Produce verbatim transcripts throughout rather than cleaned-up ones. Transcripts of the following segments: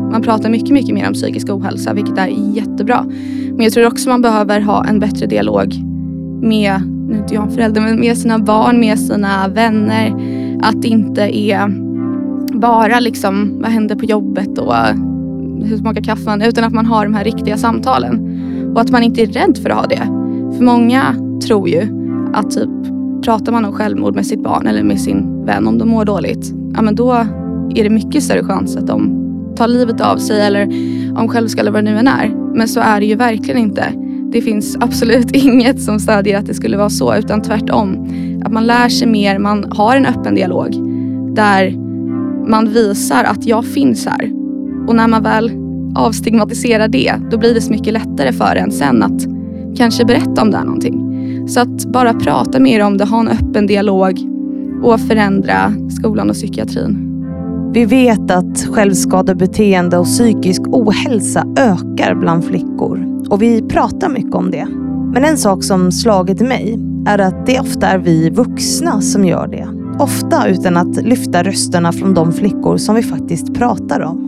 Man pratar mycket, mycket mer om psykisk ohälsa, vilket är jättebra. Men jag tror också man behöver ha en bättre dialog med, nu är inte jag en förälder, men med sina barn, med sina vänner. Att det inte är bara liksom, vad händer på jobbet och hur smakar kaffen, utan att man har de här riktiga samtalen. Och att man inte är rädd för att ha det. För många tror ju att typ, pratar man om självmord med sitt barn eller med sin vän om de mår dåligt, ja men då är det mycket större chans att de tar livet av sig eller om självskada eller vad det nu än är. Men så är det ju verkligen inte. Det finns absolut inget som stödjer att det skulle vara så, utan tvärtom. Att man lär sig mer, man har en öppen dialog där man visar att jag finns här. Och när man väl avstigmatiserar det, då blir det så mycket lättare för en sen att kanske berätta om det är någonting. Så att bara prata mer om det, ha en öppen dialog och förändra skolan och psykiatrin. Vi vet att självskadebeteende och psykisk ohälsa ökar bland flickor. Och vi pratar mycket om det. Men en sak som slagit mig är att det ofta är vi vuxna som gör det. Ofta utan att lyfta rösterna från de flickor som vi faktiskt pratar om.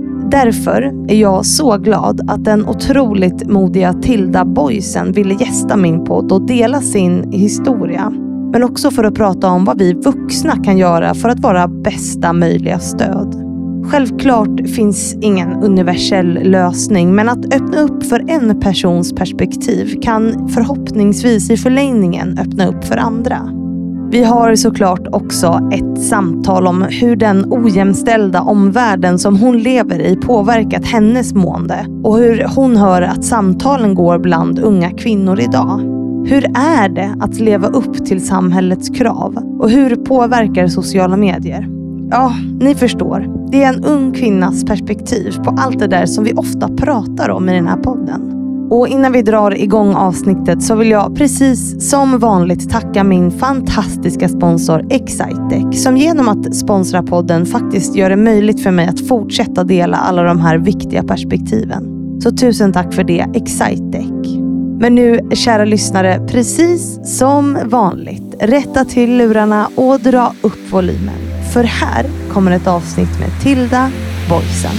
Därför är jag så glad att den otroligt modiga Tilda Boysen ville gästa min podd och dela sin historia. Men också för att prata om vad vi vuxna kan göra för att vara bästa möjliga stöd. Självklart finns ingen universell lösning, men att öppna upp för en persons perspektiv kan förhoppningsvis i förlängningen öppna upp för andra. Vi har såklart också ett samtal om hur den ojämställda omvärlden som hon lever i påverkat hennes mående och hur hon hör att samtalen går bland unga kvinnor idag. Hur är det att leva upp till samhällets krav och hur påverkar sociala medier? Ja, ni förstår. Det är en ung kvinnas perspektiv på allt det där som vi ofta pratar om i den här podden. Och innan vi drar igång avsnittet så vill jag precis som vanligt tacka min fantastiska sponsor Excitec, som genom att sponsra podden faktiskt gör det möjligt för mig att fortsätta dela alla de här viktiga perspektiven. Så tusen tack för det, Excitec. Men nu, kära lyssnare, precis som vanligt, rätta till lurarna och dra upp volymen. För här kommer ett avsnitt med Tilda Boysen.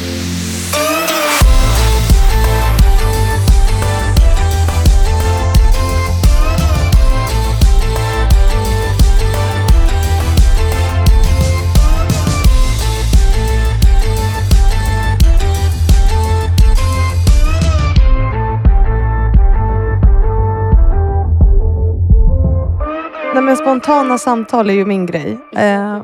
Nej, men spontana samtal är ju min grej. Jaha,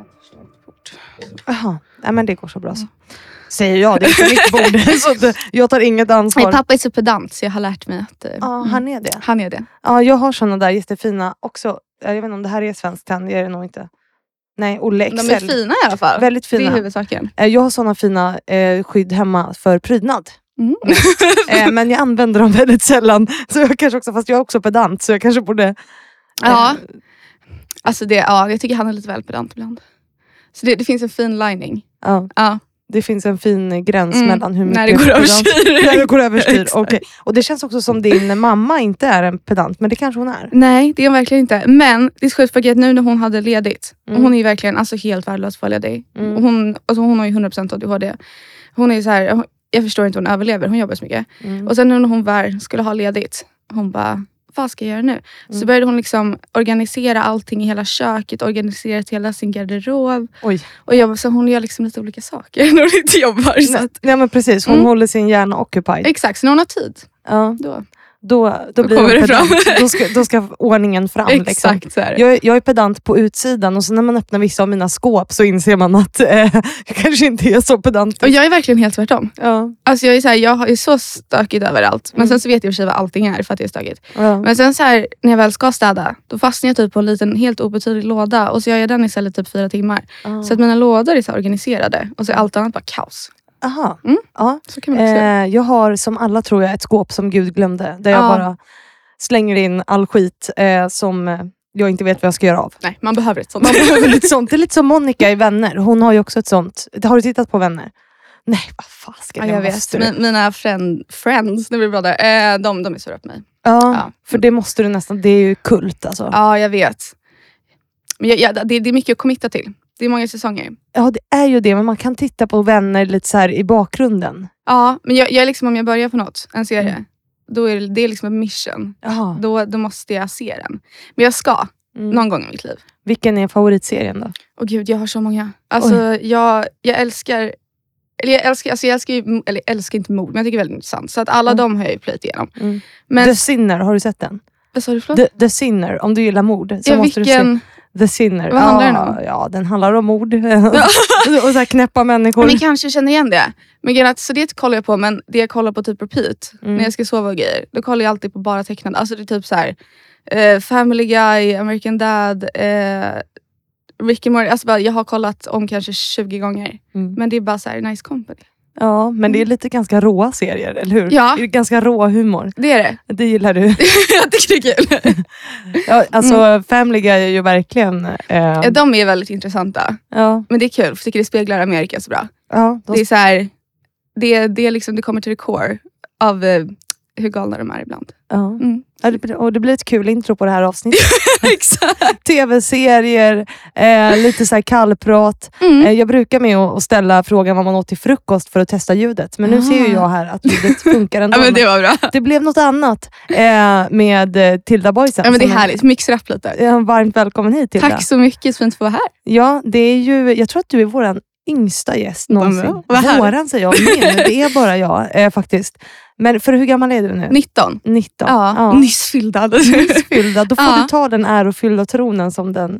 uh, nej, men det går så bra så. Säger jag, det är inte mitt bord. Så att jag tar inget ansvar. Nej, pappa är så pedant så jag har lärt mig att... Ja, uh, han är det. Han är det. Ja, uh, jag har såna där jättefina också. Jag vet inte om det här är svenskt än, det är det nog inte. Nej, Olle Excel. De är fina i alla fall. Väldigt fina. Det är huvudsaken. Uh, jag har såna fina uh, skydd hemma för prydnad. Mm. uh, men jag använder dem väldigt sällan. Så jag kanske också, fast jag är också pedant så jag kanske borde... Uh, ja. Alltså det, ja, jag tycker han är lite väl pedant ibland. Så det, det finns en fin lining. Ja. Ja. Det finns en fin gräns Mm. mellan hur mycket... När det går överstyr. När det går överstyr, okej. Och det känns också som din mamma inte är en pedant, men det kanske hon är. Nej, det är hon verkligen inte. Men det är så sjukt för att nu när hon hade ledigt, Mm. och hon är ju verkligen alltså, helt värdelös för ledig. Mm. Och hon, alltså, hon har ju hundra procent A D H D. Hon är ju så här, jag förstår inte hur hon överlever, hon jobbar så mycket. Mm. Och sen nu när hon väl skulle ha ledigt, hon bara... vad ska jag göra nu? Mm. Så började hon liksom organisera allting i hela köket, organisera till hela sin garderob. Oj. Och jag, så hon gör liksom lite olika saker när hon inte jobbar. Så Nej, att, ja, men precis. Hon Mm. håller sin hjärna occupied. exakt, så när hon har tid, Ja. då. Då, då, Då blir kommer hon det pedant. fram. Då ska, då ska ordningen fram. Exakt liksom. så är det. Jag, jag är pedant på utsidan och så när man öppnar vissa av mina skåp så inser man att eh, jag kanske inte är så pedant. Och jag är verkligen helt tvärtom. Ja. Alltså jag är så här, jag är så stökigt överallt. Men Mm. sen så vet jag i och för sig vad allting är för att jag är stökigt. Ja. Men sen så här, när jag väl ska städa, då fastnar jag typ på en liten helt obetydlig låda. Och så gör jag den istället typ fyra timmar. Ja. Så att mina lådor är så här organiserade. Och så är allt annat bara kaos. Aha. Mm. Ja. Så kan man också göra. Eh, jag har som alla tror jag ett skåp som Gud glömde. Där jag Ja. bara slänger in all skit eh, som eh, jag inte vet vad jag ska göra av. Nej, man behöver ett sånt. Man behöver lite sånt. Det är lite som Monica i Vänner. Hon har ju också ett sånt. Har du tittat på Vänner? Nej, vad fasken. Ja, jag vet. måste Min, mina friend, friends, nu blir det bra där, eh, de, de är sura på mig. Ja, Ja. för det måste du nästan. Det är ju kult alltså. Ja, jag vet. Men jag, jag, det, det är mycket att committa till. Det är många säsonger. Ja, det är ju det. Men man kan titta på Vänner lite så här i bakgrunden. Ja, men jag, jag är liksom, om jag börjar på något, en serie, Mm. då är det, det är liksom en mission. Jaha. Då, då måste jag se den. Men jag ska, Mm. någon gång i mitt liv. Vilken är favoritserien då? Åh gud, jag har så många. Alltså, jag, jag älskar... Eller jag älskar, alltså jag älskar, ju, eller jag älskar inte mord, men jag tycker det är väldigt intressant. Så att alla Mm. de har jag ju plöjt igenom. Mm. Men, The Sinner, har du sett den? vad sa du förlåt? The, The Sinner, om du gillar mord så Ja, måste vilken... du se The Sinner. Vad handlar ja, den om? Ja, den handlar om mord. och så här knäppa människor. Men kanske känner igen det. Men grejen är att, så det kollar jag på, men det jag kollar på typ repeat. Mm. När jag ska sova och grejer. Då kollar jag alltid på bara tecknade. Alltså det är typ så här. Eh, Family Guy, American Dad, eh, Rick and Morty. Alltså bara, jag har kollat om kanske tjugo gånger. Mm. Men det är bara så här nice company. Ja, men det är lite ganska råa serier, eller hur? Ja. Det är ganska rå humor. Det är det. Det gillar du. Jag tycker det är kul. Ja, alltså mm. Family Guy är ju verkligen... Eh, De är väldigt intressanta. ja, Men det är kul, för jag tycker det speglar Amerika så bra. ja, de, Det är så här, det, det, är liksom, det kommer till the core av eh, hur galna de är ibland. ja. Mm. Ja, det, blir- och det blir ett kul intro på det här avsnittet. Exakt. Tv-serier, eh, lite så här kallprat. Mm. Eh, jag brukar med att att ställa frågan vad man åt till frukost för att testa ljudet. Men nu Ah. ser ju jag här att ljudet funkar ändå. Ja, men det var bra. Det blev något annat eh, med eh, Tilda Boysen. Ja, men det är som härligt. Mixar upp lite. Ja, varmt välkommen hit, Tilda. Tack så mycket, fint att få vara här. Ja, det är ju, jag tror att du är våran yngsta gäst någonsin. bra. Vad härligt. Våran säger jag, min, det är bara jag eh, faktiskt. Men för hur gammal är du nu? nitton. nitton. Ja, Ja. nyss fyllda. Nyssfyllda. Då får Ja. du ta den ärofyllda tronen som den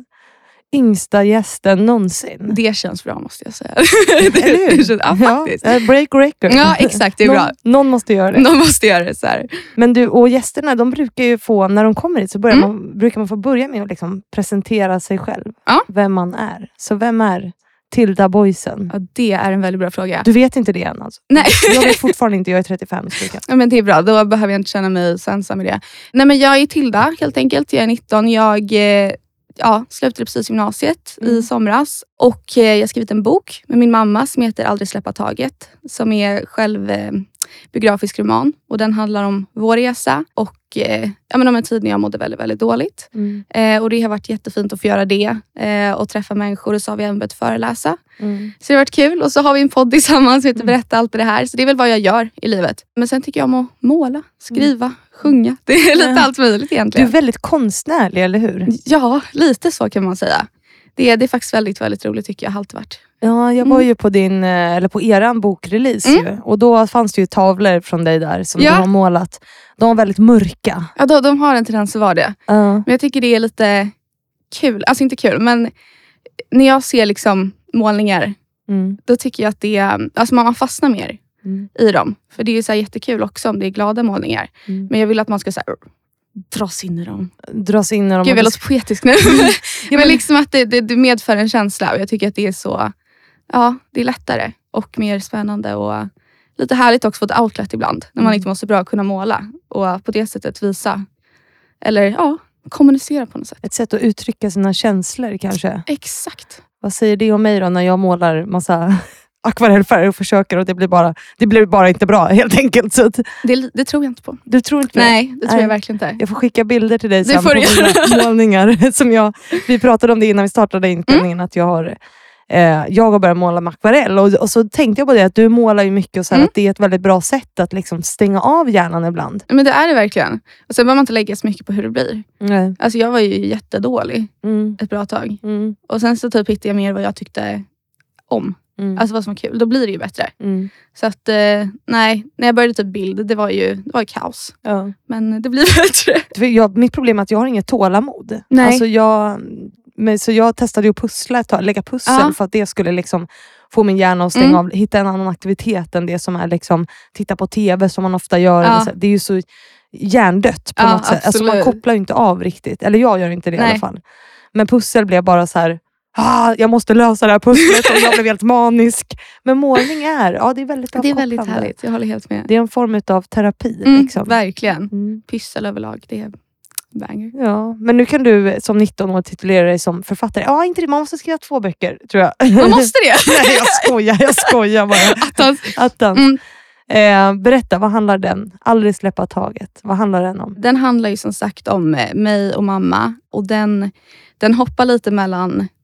yngsta gästen någonsin. Det känns bra, måste jag säga. Eller hur? det känns, ja, faktiskt. Ja, eh, break record. Ja, exakt. Det är någon, bra. någon måste göra det. Någon måste göra det så här. Men du, och gästerna, de brukar ju få, när de kommer hit så börjar Mm. man, brukar man få börja med att liksom presentera sig själv. Ja. Vem man är. Så vem är Tilda Boysen? Ja, det är en väldigt bra fråga. Du vet inte det än alltså? Nej. Jag vet fortfarande inte, jag är trettiofem. Så Ja, men det är bra, då behöver jag inte känna mig så ensam i det. Nej, men jag är Tilda helt enkelt. Jag är nitton. Jag eh, ja, slutade precis gymnasiet Mm. i somras. Och eh, jag har skrivit en bok med min mamma som heter Aldrig släppa taget. Som är själv eh, biografisk roman. Och den handlar om vår resa. Och eh, ja, men om en tid när jag mådde väldigt, väldigt dåligt. Mm. Eh, och det har varit jättefint att få göra det. Eh, och träffa människor. Och så har vi även börjat föreläsa. Mm. Så det har varit kul. Och så har vi en podd tillsammans som heter Mm. Berätta allt det här. Så det är väl vad jag gör i livet. Men sen tycker jag om att måla, skriva, sjunga. Det är lite Mm. allt möjligt Du är egentligen. väldigt konstnärlig, eller hur? Ja, lite så kan man säga. Det är, det är faktiskt väldigt, väldigt roligt tycker jag. Har alltid varit. Ja, jag var Mm. ju på din, eh, eller på eran bokrelease Mm. ju. Och då fanns det ju tavlor från dig där som Ja. du har målat. De var väldigt mörka. Ja, de, de har en tendens att vara det. Ja. Men jag tycker det är lite kul. Alltså inte kul, men när jag ser liksom målningar, Mm. då tycker jag att det är, alltså man fastnar mer Mm. i dem. För det är ju så här jättekul också om det är glada målningar. Mm. Men jag vill att man ska så här, dras in i dem. Dras in när de... Gud, jag låter poetisk nu. Ja, men men- liksom att det, det, det medför en känsla. Och jag tycker att det är så, ja, det är lättare och mer spännande och lite härligt också för ett outlet ibland. När man Mm. inte måste bra kunna måla och på det sättet visa eller ja, kommunicera på något sätt. Ett sätt att uttrycka sina känslor kanske. Exakt. Vad säger det om mig då när jag målar massa akvarellfärger och försöker och det blir bara, det blir bara inte bra helt enkelt. Så att, Det, det tror jag inte på. du tror inte det? Nej, det tror Nej. jag verkligen inte. Jag får skicka bilder till dig Det sen får på du mina målningar. Som jag, vi pratade om det innan vi startade inspelningen. Att jag har eh, jag har börjat måla med akvarell. Och, och så tänkte jag på det att du målar ju mycket. Och så här, Mm. att det är ett väldigt bra sätt att liksom stänga av hjärnan ibland. Men det är det verkligen. Och sen behöver man inte lägga så mycket på hur det blir. Nej. Alltså jag var ju jättedålig Mm. ett bra tag. Mm. Och sen så typ hittade jag mer vad jag tyckte om. Mm. Alltså vad som var kul. Då blir det ju bättre. Mm. Så att eh, nej, när jag började typ bild, det var ju det var ju kaos. Ja. Men det blir bättre. För jag, mitt problem är att jag har inget tålamod. Nej. Alltså jag, men, så jag testade ju att pussla ett tag, lägga pussel Ja. för att det skulle liksom få min hjärna att stänga Mm. av, hitta en annan aktivitet än det som är liksom titta på tv som man ofta gör. Ja. Eller så. Det är ju så hjärndött på Ja, något sätt. Alltså man absolut. kopplar ju inte av riktigt. Eller jag gör inte det i Nej. alla fall. Men pussel blev bara så här. Ah, jag måste lösa det här pusslet och jag blev helt manisk. Men målning är, ja det är väldigt Det är väldigt avkopplande. härligt, jag håller helt med. Det är en form av terapi. Mm, liksom. verkligen. Mm. Pyssel överlag, det är banger. Ja, men nu kan du som nitton år titulera dig som författare. Ja, inte det. Man måste skriva två böcker, tror jag. Man måste det! Nej, jag skojar. Jag skojar bara. Attans. Attans. Mm. Eh, berätta, vad handlar den? Aldrig släppa taget. Vad handlar den om? Den handlar ju som sagt om eh, mig och mamma. Och den, den hoppar lite mellan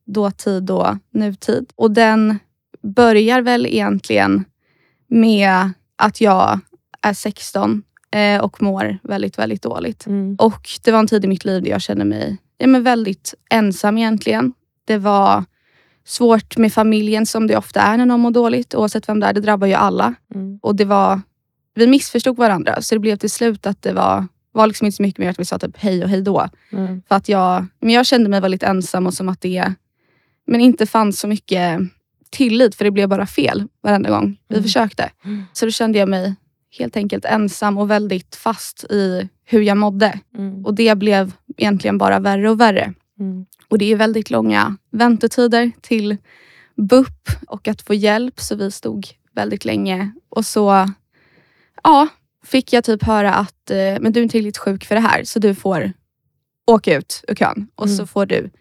dåtid och nutid. Och den börjar väl egentligen med att jag är sexton eh, och mår väldigt, väldigt dåligt. Mm. Och det var en tid i mitt liv där jag kände mig ja, men väldigt ensam egentligen. Det var svårt med familjen som det ofta är när någon mår dåligt. Oavsett vem det är, det drabbar ju alla. Mm. Och det var, vi missförstod varandra. Så det blev till slut att det var, var liksom inte så mycket mer att vi sa typ hej och hej då. Mm. För att jag, men jag kände mig väldigt ensam och som att det men inte fanns så mycket tillit. För det blev bara fel varenda gång vi Mm. försökte. Mm. Så då kände jag mig helt enkelt ensam och väldigt fast i hur jag mådde. Mm. Och det blev egentligen bara värre och värre. Mm. Och det är väldigt långa väntetider till B U P och att få hjälp. Så vi stod väldigt länge. Och så ja, fick jag typ höra att eh, men du är inte tillräckligt sjuk för det här. Så du får åka ut ur kön. Och Mm. så får du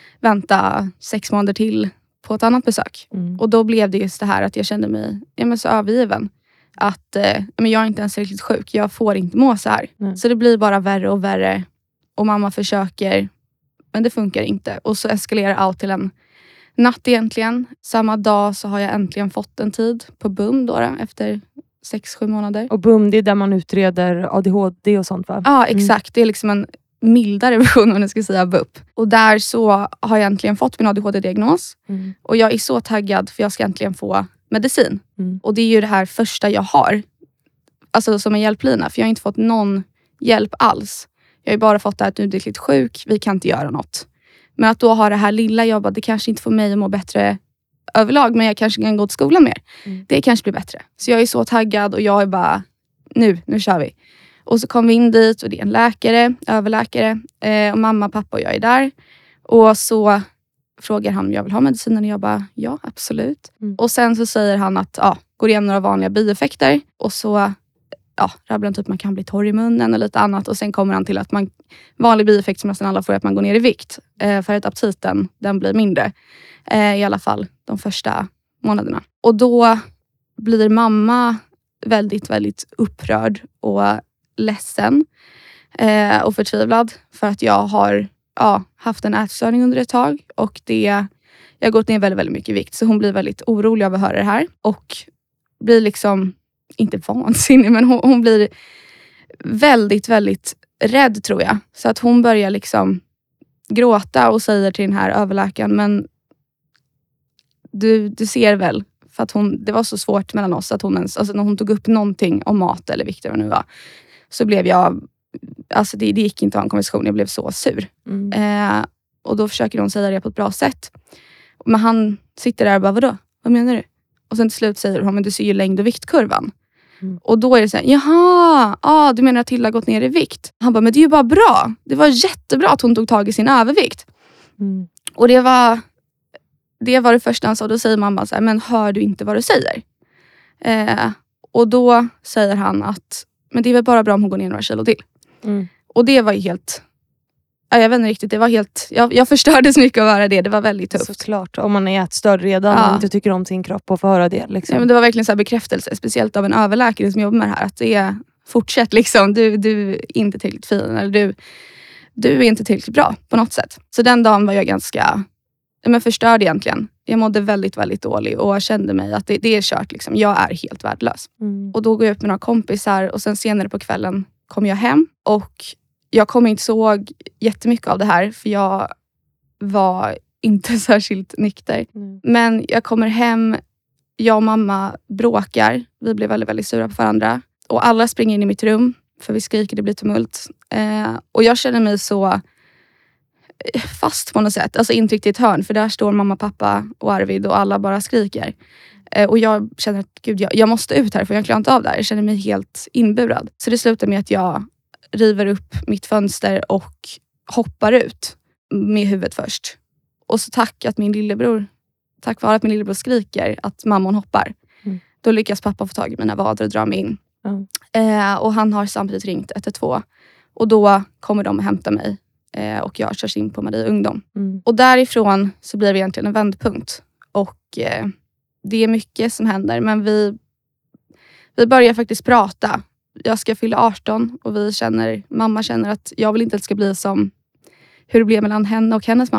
vänta sex månader till på ett annat besök. Mm. Och då blev det just det här att jag kände mig ja, men så övergiven. Att eh, men jag är inte ens riktigt sjuk. Jag får inte må så här. Nej. Så det blir bara värre och värre. Och mamma försöker. Men det funkar inte. Och så eskalerar allt till en natt egentligen. Samma dag så har jag äntligen fått en tid på B U M då, då efter sex sju månader. Och B U M, det är där man utreder A D H D och sånt, va? Ja, exakt. Det är liksom en mildare version om man ska säga B U P. Och där så har jag äntligen fått min A D H D-diagnos. Mm. Och jag är så taggad för jag ska äntligen få medicin. Mm. Och det är ju det här första jag har. Alltså som en hjälplina. För jag har inte fått någon hjälp alls. Jag har ju bara fått det här att du är riktigt sjuk. Vi kan inte göra något. Men att då ha det här lilla jobbet. Det kanske inte får mig att må bättre överlag. Men jag kanske kan gå till skolan mer. Mm. Det kanske blir bättre. Så jag är så taggad. Och jag är bara, nu, nu kör vi. Och så kom vi in dit. Och det är en läkare, överläkare. Eh, och mamma, pappa och jag är där. Och så frågar han om jag vill ha medicinen. Och jag bara, ja absolut. Mm. Och sen så säger han att, ja, går igenom några vanliga bieffekter. Och så ja, rabblar han typ man kan bli torr i munnen och lite annat. Och sen kommer han till att man, vanlig bieffekt som nästan alla får är att man går ner i vikt. Eh, för att aptiten, den blir mindre. Eh, I alla fall de första månaderna. Och då blir mamma väldigt, väldigt upprörd och ledsen. Eh, och förtvivlad. För att jag har ja, haft en ätstörning under ett tag. Och det, jag har gått ner väldigt, väldigt mycket i vikt. Så hon blir väldigt orolig av att höra det här. Och blir liksom inte vansinnig, men hon, hon blir väldigt, väldigt rädd tror jag. Så att hon börjar liksom gråta och säger till den här överläkaren, men du, du ser väl, för att hon, det var så svårt mellan oss att hon ens, alltså när hon tog upp någonting om mat eller vikt eller vad det nu var, så blev jag, alltså det, det gick inte att ha en konversation, jag blev så sur. Mm. Eh, och då försöker hon säga det på ett bra sätt. Men han sitter där och bara, vadå? Vad menar du? Och sen till slut säger hon, men du ser ju längd- och viktkurvan. Mm. Och då är det så här, jaha, ah, du menar att Tilda har gått ner i vikt? Han bara, men det är ju bara bra. Det var jättebra att hon tog tag i sin övervikt. Mm. Och det var det var det första han sa. Då säger mamma så här, men hör du inte vad du säger? Eh, och då säger han att, men det är väl bara bra om hon går ner några kilo till. Mm. Och det var ju helt, ja, jag vet inte riktigt, det var helt, jag, jag förstördes mycket av att höra det. Det var väldigt tufft. Såklart, om man är ätstörd redan Ja. och inte tycker om sin kropp och få höra det. Liksom. Ja, men det var verkligen så här bekräftelse, speciellt av en överläkare som jobbar med det här. Att det är, fortsätt liksom, du, du är inte tillräckligt fin. Eller du, du är inte tillräckligt bra på något sätt. Så den dagen var jag ganska men förstörd egentligen. Jag mådde väldigt, väldigt dålig och kände mig att det, det är kört. Liksom. Jag är helt värdelös. Mm. Och då går jag upp med några kompisar och sen senare på kvällen kom jag hem. Och jag kommer inte såg jättemycket av det här för jag var inte särskilt nykter. Mm. Men jag kommer hem, jag och mamma bråkar. Vi blir väldigt, väldigt sura på varandra. Och alla springer in i mitt rum för vi skriker, det blir tumult. Eh, och jag känner mig så fast på något sätt. Alltså intryckt i ett hörn. För där står mamma, pappa och Arvid och alla bara skriker. Eh, och jag känner att gud, jag, jag måste ut här för jag klarar inte av det här. Jag känner mig helt inburad. Så det slutar med att jag river upp mitt fönster och hoppar ut med huvudet först. Och så tack att min lillebror, tack vare att min lillebror skriker att mamman hoppar. Mm. Då lyckas pappa få tag i mina vader och dra mig in. Mm. Eh, och han har samtidigt ringt ett ett två. Och då kommer de och hämtar mig. Eh, och jag körs in på Maria Ungdom. Mm. Och därifrån så blir det egentligen en vändpunkt. Och eh, det är mycket som händer. Men vi, vi börjar faktiskt prata. Jag ska fylla arton och vi känner, mamma känner att jag vill inte att det ska bli som hur det blev mellan henne och hennes mamma.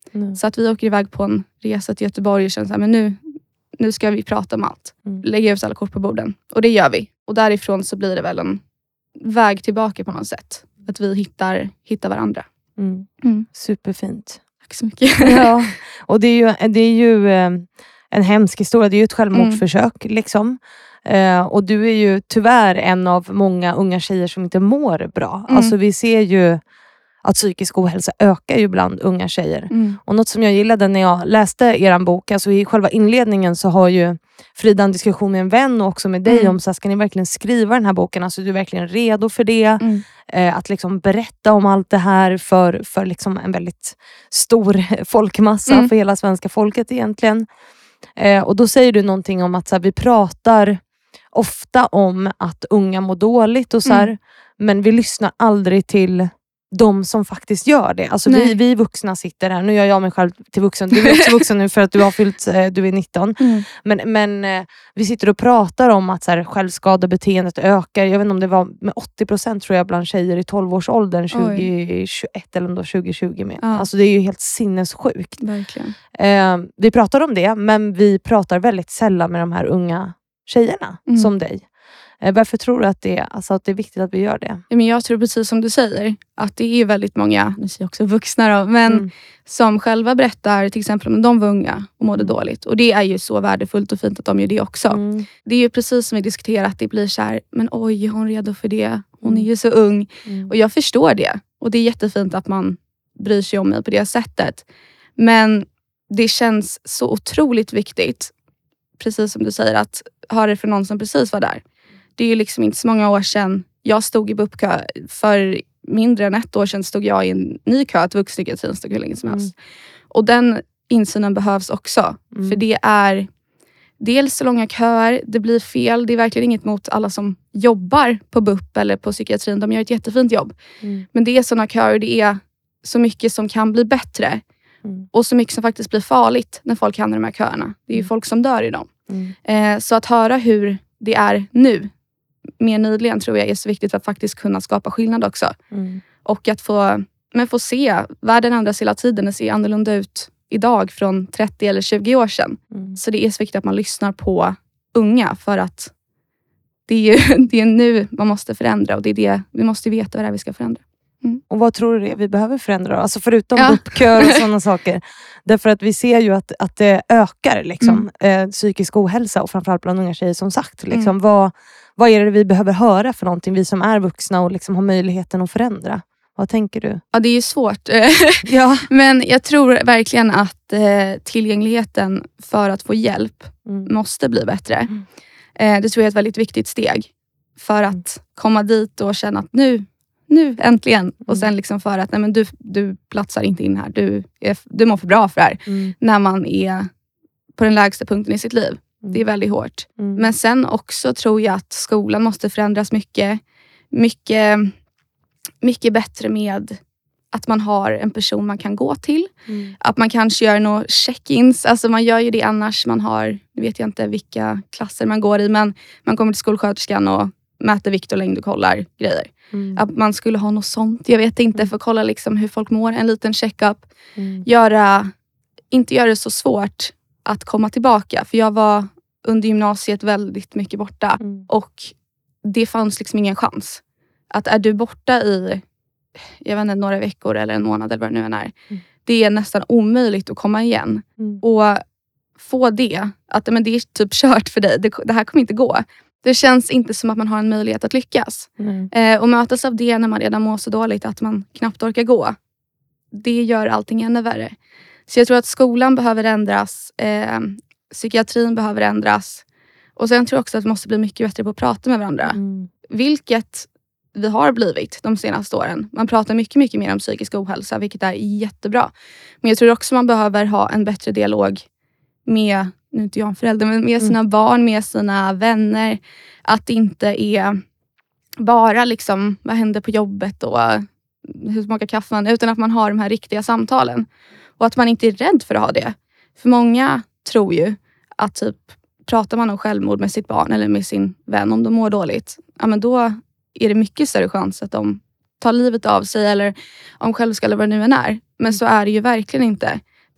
Mm. Så att vi åker iväg på en resa till Göteborg och känner så här, men nu, nu ska vi prata om allt. Mm. Lägga ut alla kort på borden. Och det gör vi. Och därifrån så blir det väl en väg tillbaka på något sätt. Att vi hittar, hittar varandra. Mm. Mm. Superfint. Tack så mycket. Ja, och det är ju, det är ju eh, en hemsk historia. Det är ju ett självmordsförsök mm. liksom. Eh, och du är ju tyvärr en av många unga tjejer som inte mår bra. Mm. Alltså vi ser ju att psykisk ohälsa ökar ju bland unga tjejer. Mm. Och något som jag gillade när jag läste eran bok, alltså i själva inledningen så har ju Frida en diskussion med en vän och också med dig mm. om så ska ni verkligen skriva den här boken? Alltså du är verkligen redo för det. Mm. Eh, att liksom berätta om allt det här för, för liksom en väldigt stor folkmassa, mm. för hela svenska folket egentligen. Eh, och då säger du någonting om att så här, vi pratar ofta om att unga mår dåligt och så här, mm. men vi lyssnar aldrig till de som faktiskt gör det. Alltså vi, vi vuxna sitter här. Nu gör jag mig själv till vuxen. Du är också vuxen nu för att du har fyllt, du är nitton. Mm. Men, men vi sitter och pratar om att så här, självskadebeteendet ökar. Jag vet inte om det var med åttio procent tror jag bland tjejer i tolv-årsåldern tjugo tjugoett eller om då tjugo tjugo med. Ja. Alltså det är ju helt sinnessjukt. Verkligen. Eh, vi pratar om det, men vi pratar väldigt sällan med de här unga tjejerna mm. som dig. Varför tror du att det, alltså att det är viktigt att vi gör det? Men jag tror precis som du säger att det är väldigt många, nu säger jag också vuxna då, men mm. som själva berättar till exempel om de var unga och mådde mm. dåligt. Och det är ju så värdefullt och fint att de gör det också. Mm. Det är ju precis som vi diskuterat att det blir så här, men oj, är hon redo för det? Hon är ju så ung. Mm. Och jag förstår det. Och det är jättefint att man bryr sig om mig på det sättet. Men det känns så otroligt viktigt, precis som du säger, att höra det från någon som precis var där. Det är ju liksom inte så många år sedan jag stod i B U P-kö. För mindre än ett år sedan stod jag i en ny kö till vuxenpsykiatrin stod hur länge som helst. Mm. Och den insynen behövs också. Mm. För det är dels så långa köer, det blir fel. Det är verkligen inget mot alla som jobbar på B U P eller på psykiatrin. De gör ett jättefint jobb. Mm. Men det är sådana köer, det är så mycket som kan bli bättre. Mm. Och så mycket som faktiskt blir farligt när folk hamnar i de här köerna. Det är ju mm. folk som dör i dem. Mm. Eh, så att höra hur det är nu, mer nyligen tror jag är så viktigt för att faktiskt kunna skapa skillnad också. Mm. Och att få, men få se, världen ändras hela tiden. Det ser annorlunda ut idag från trettio eller tjugo år sedan. Mm. Så det är så viktigt att man lyssnar på unga för att det är ju det är nu man måste förändra och det är det, vi måste veta vad det är vi ska förändra. Mm. Och vad tror du det är vi behöver förändra då? Alltså förutom ja. uppkör och sådana saker. Därför att vi ser ju att, att det ökar liksom, mm. eh, psykisk ohälsa och framförallt bland unga tjejer som sagt. Liksom, mm. vad, vad är det vi behöver höra för någonting? Vi som är vuxna och liksom har möjligheten att förändra. Vad tänker du? Ja, det är ju svårt. ja. Men jag tror verkligen att eh, tillgängligheten för att få hjälp mm. måste bli bättre. Mm. Eh, det tror jag är ett väldigt viktigt steg. För att mm. komma dit och känna att nu Nu äntligen. Mm. Och sen liksom för att nej, men du, du platsar inte in här. Du, är, du mår för bra för det här. Mm. När man är på den lägsta punkten i sitt liv. Mm. Det är väldigt hårt. Mm. Men sen också tror jag att skolan måste förändras mycket. Mycket, mycket bättre med att man har en person man kan gå till. Mm. Att man kanske gör några check-ins. Alltså man gör ju det annars. Man har, nu vet jag inte vilka klasser man går i. Men man kommer till skolsköterskan och mäter vikt och längd och kollar grejer. Mm. Att man skulle ha något sånt. Jag vet inte. För att kolla liksom hur folk mår. En liten check-up. Mm. Göra, inte göra det så svårt att komma tillbaka. För jag var under gymnasiet väldigt mycket borta. Mm. Och det fanns liksom ingen chans. Att är du borta i jag vet inte, några veckor eller en månad eller vad det nu än är. Mm. Det är nästan omöjligt att komma igen. Mm. Och få det. Att men det är typ kört för dig. Det, det här kommer inte gå. Det känns inte som att man har en möjlighet att lyckas. Mm. Eh, och mötas av det när man redan mår så dåligt att man knappt orkar gå. Det gör allting ännu värre. Så jag tror att skolan behöver ändras. Eh, psykiatrin behöver ändras. Och sen tror jag också att vi måste bli mycket bättre på att prata med varandra. Mm. Vilket vi har blivit de senaste åren. Man pratar mycket, mycket mer om psykisk ohälsa. Vilket är jättebra. Men jag tror också man behöver ha en bättre dialog med, nu är inte jag en förälder, men med sina mm. barn, med sina vänner. Att det inte är bara liksom, vad händer på jobbet och hur smakar kaffen. Utan att man har de här riktiga samtalen. Och att man inte är rädd för att ha det. För många tror ju att typ pratar man om självmord med sitt barn eller med sin vän om de mår dåligt. Ja, men då är det mycket större chans att de tar livet av sig eller om självskada eller vad det nu än är. Men så är det ju verkligen inte.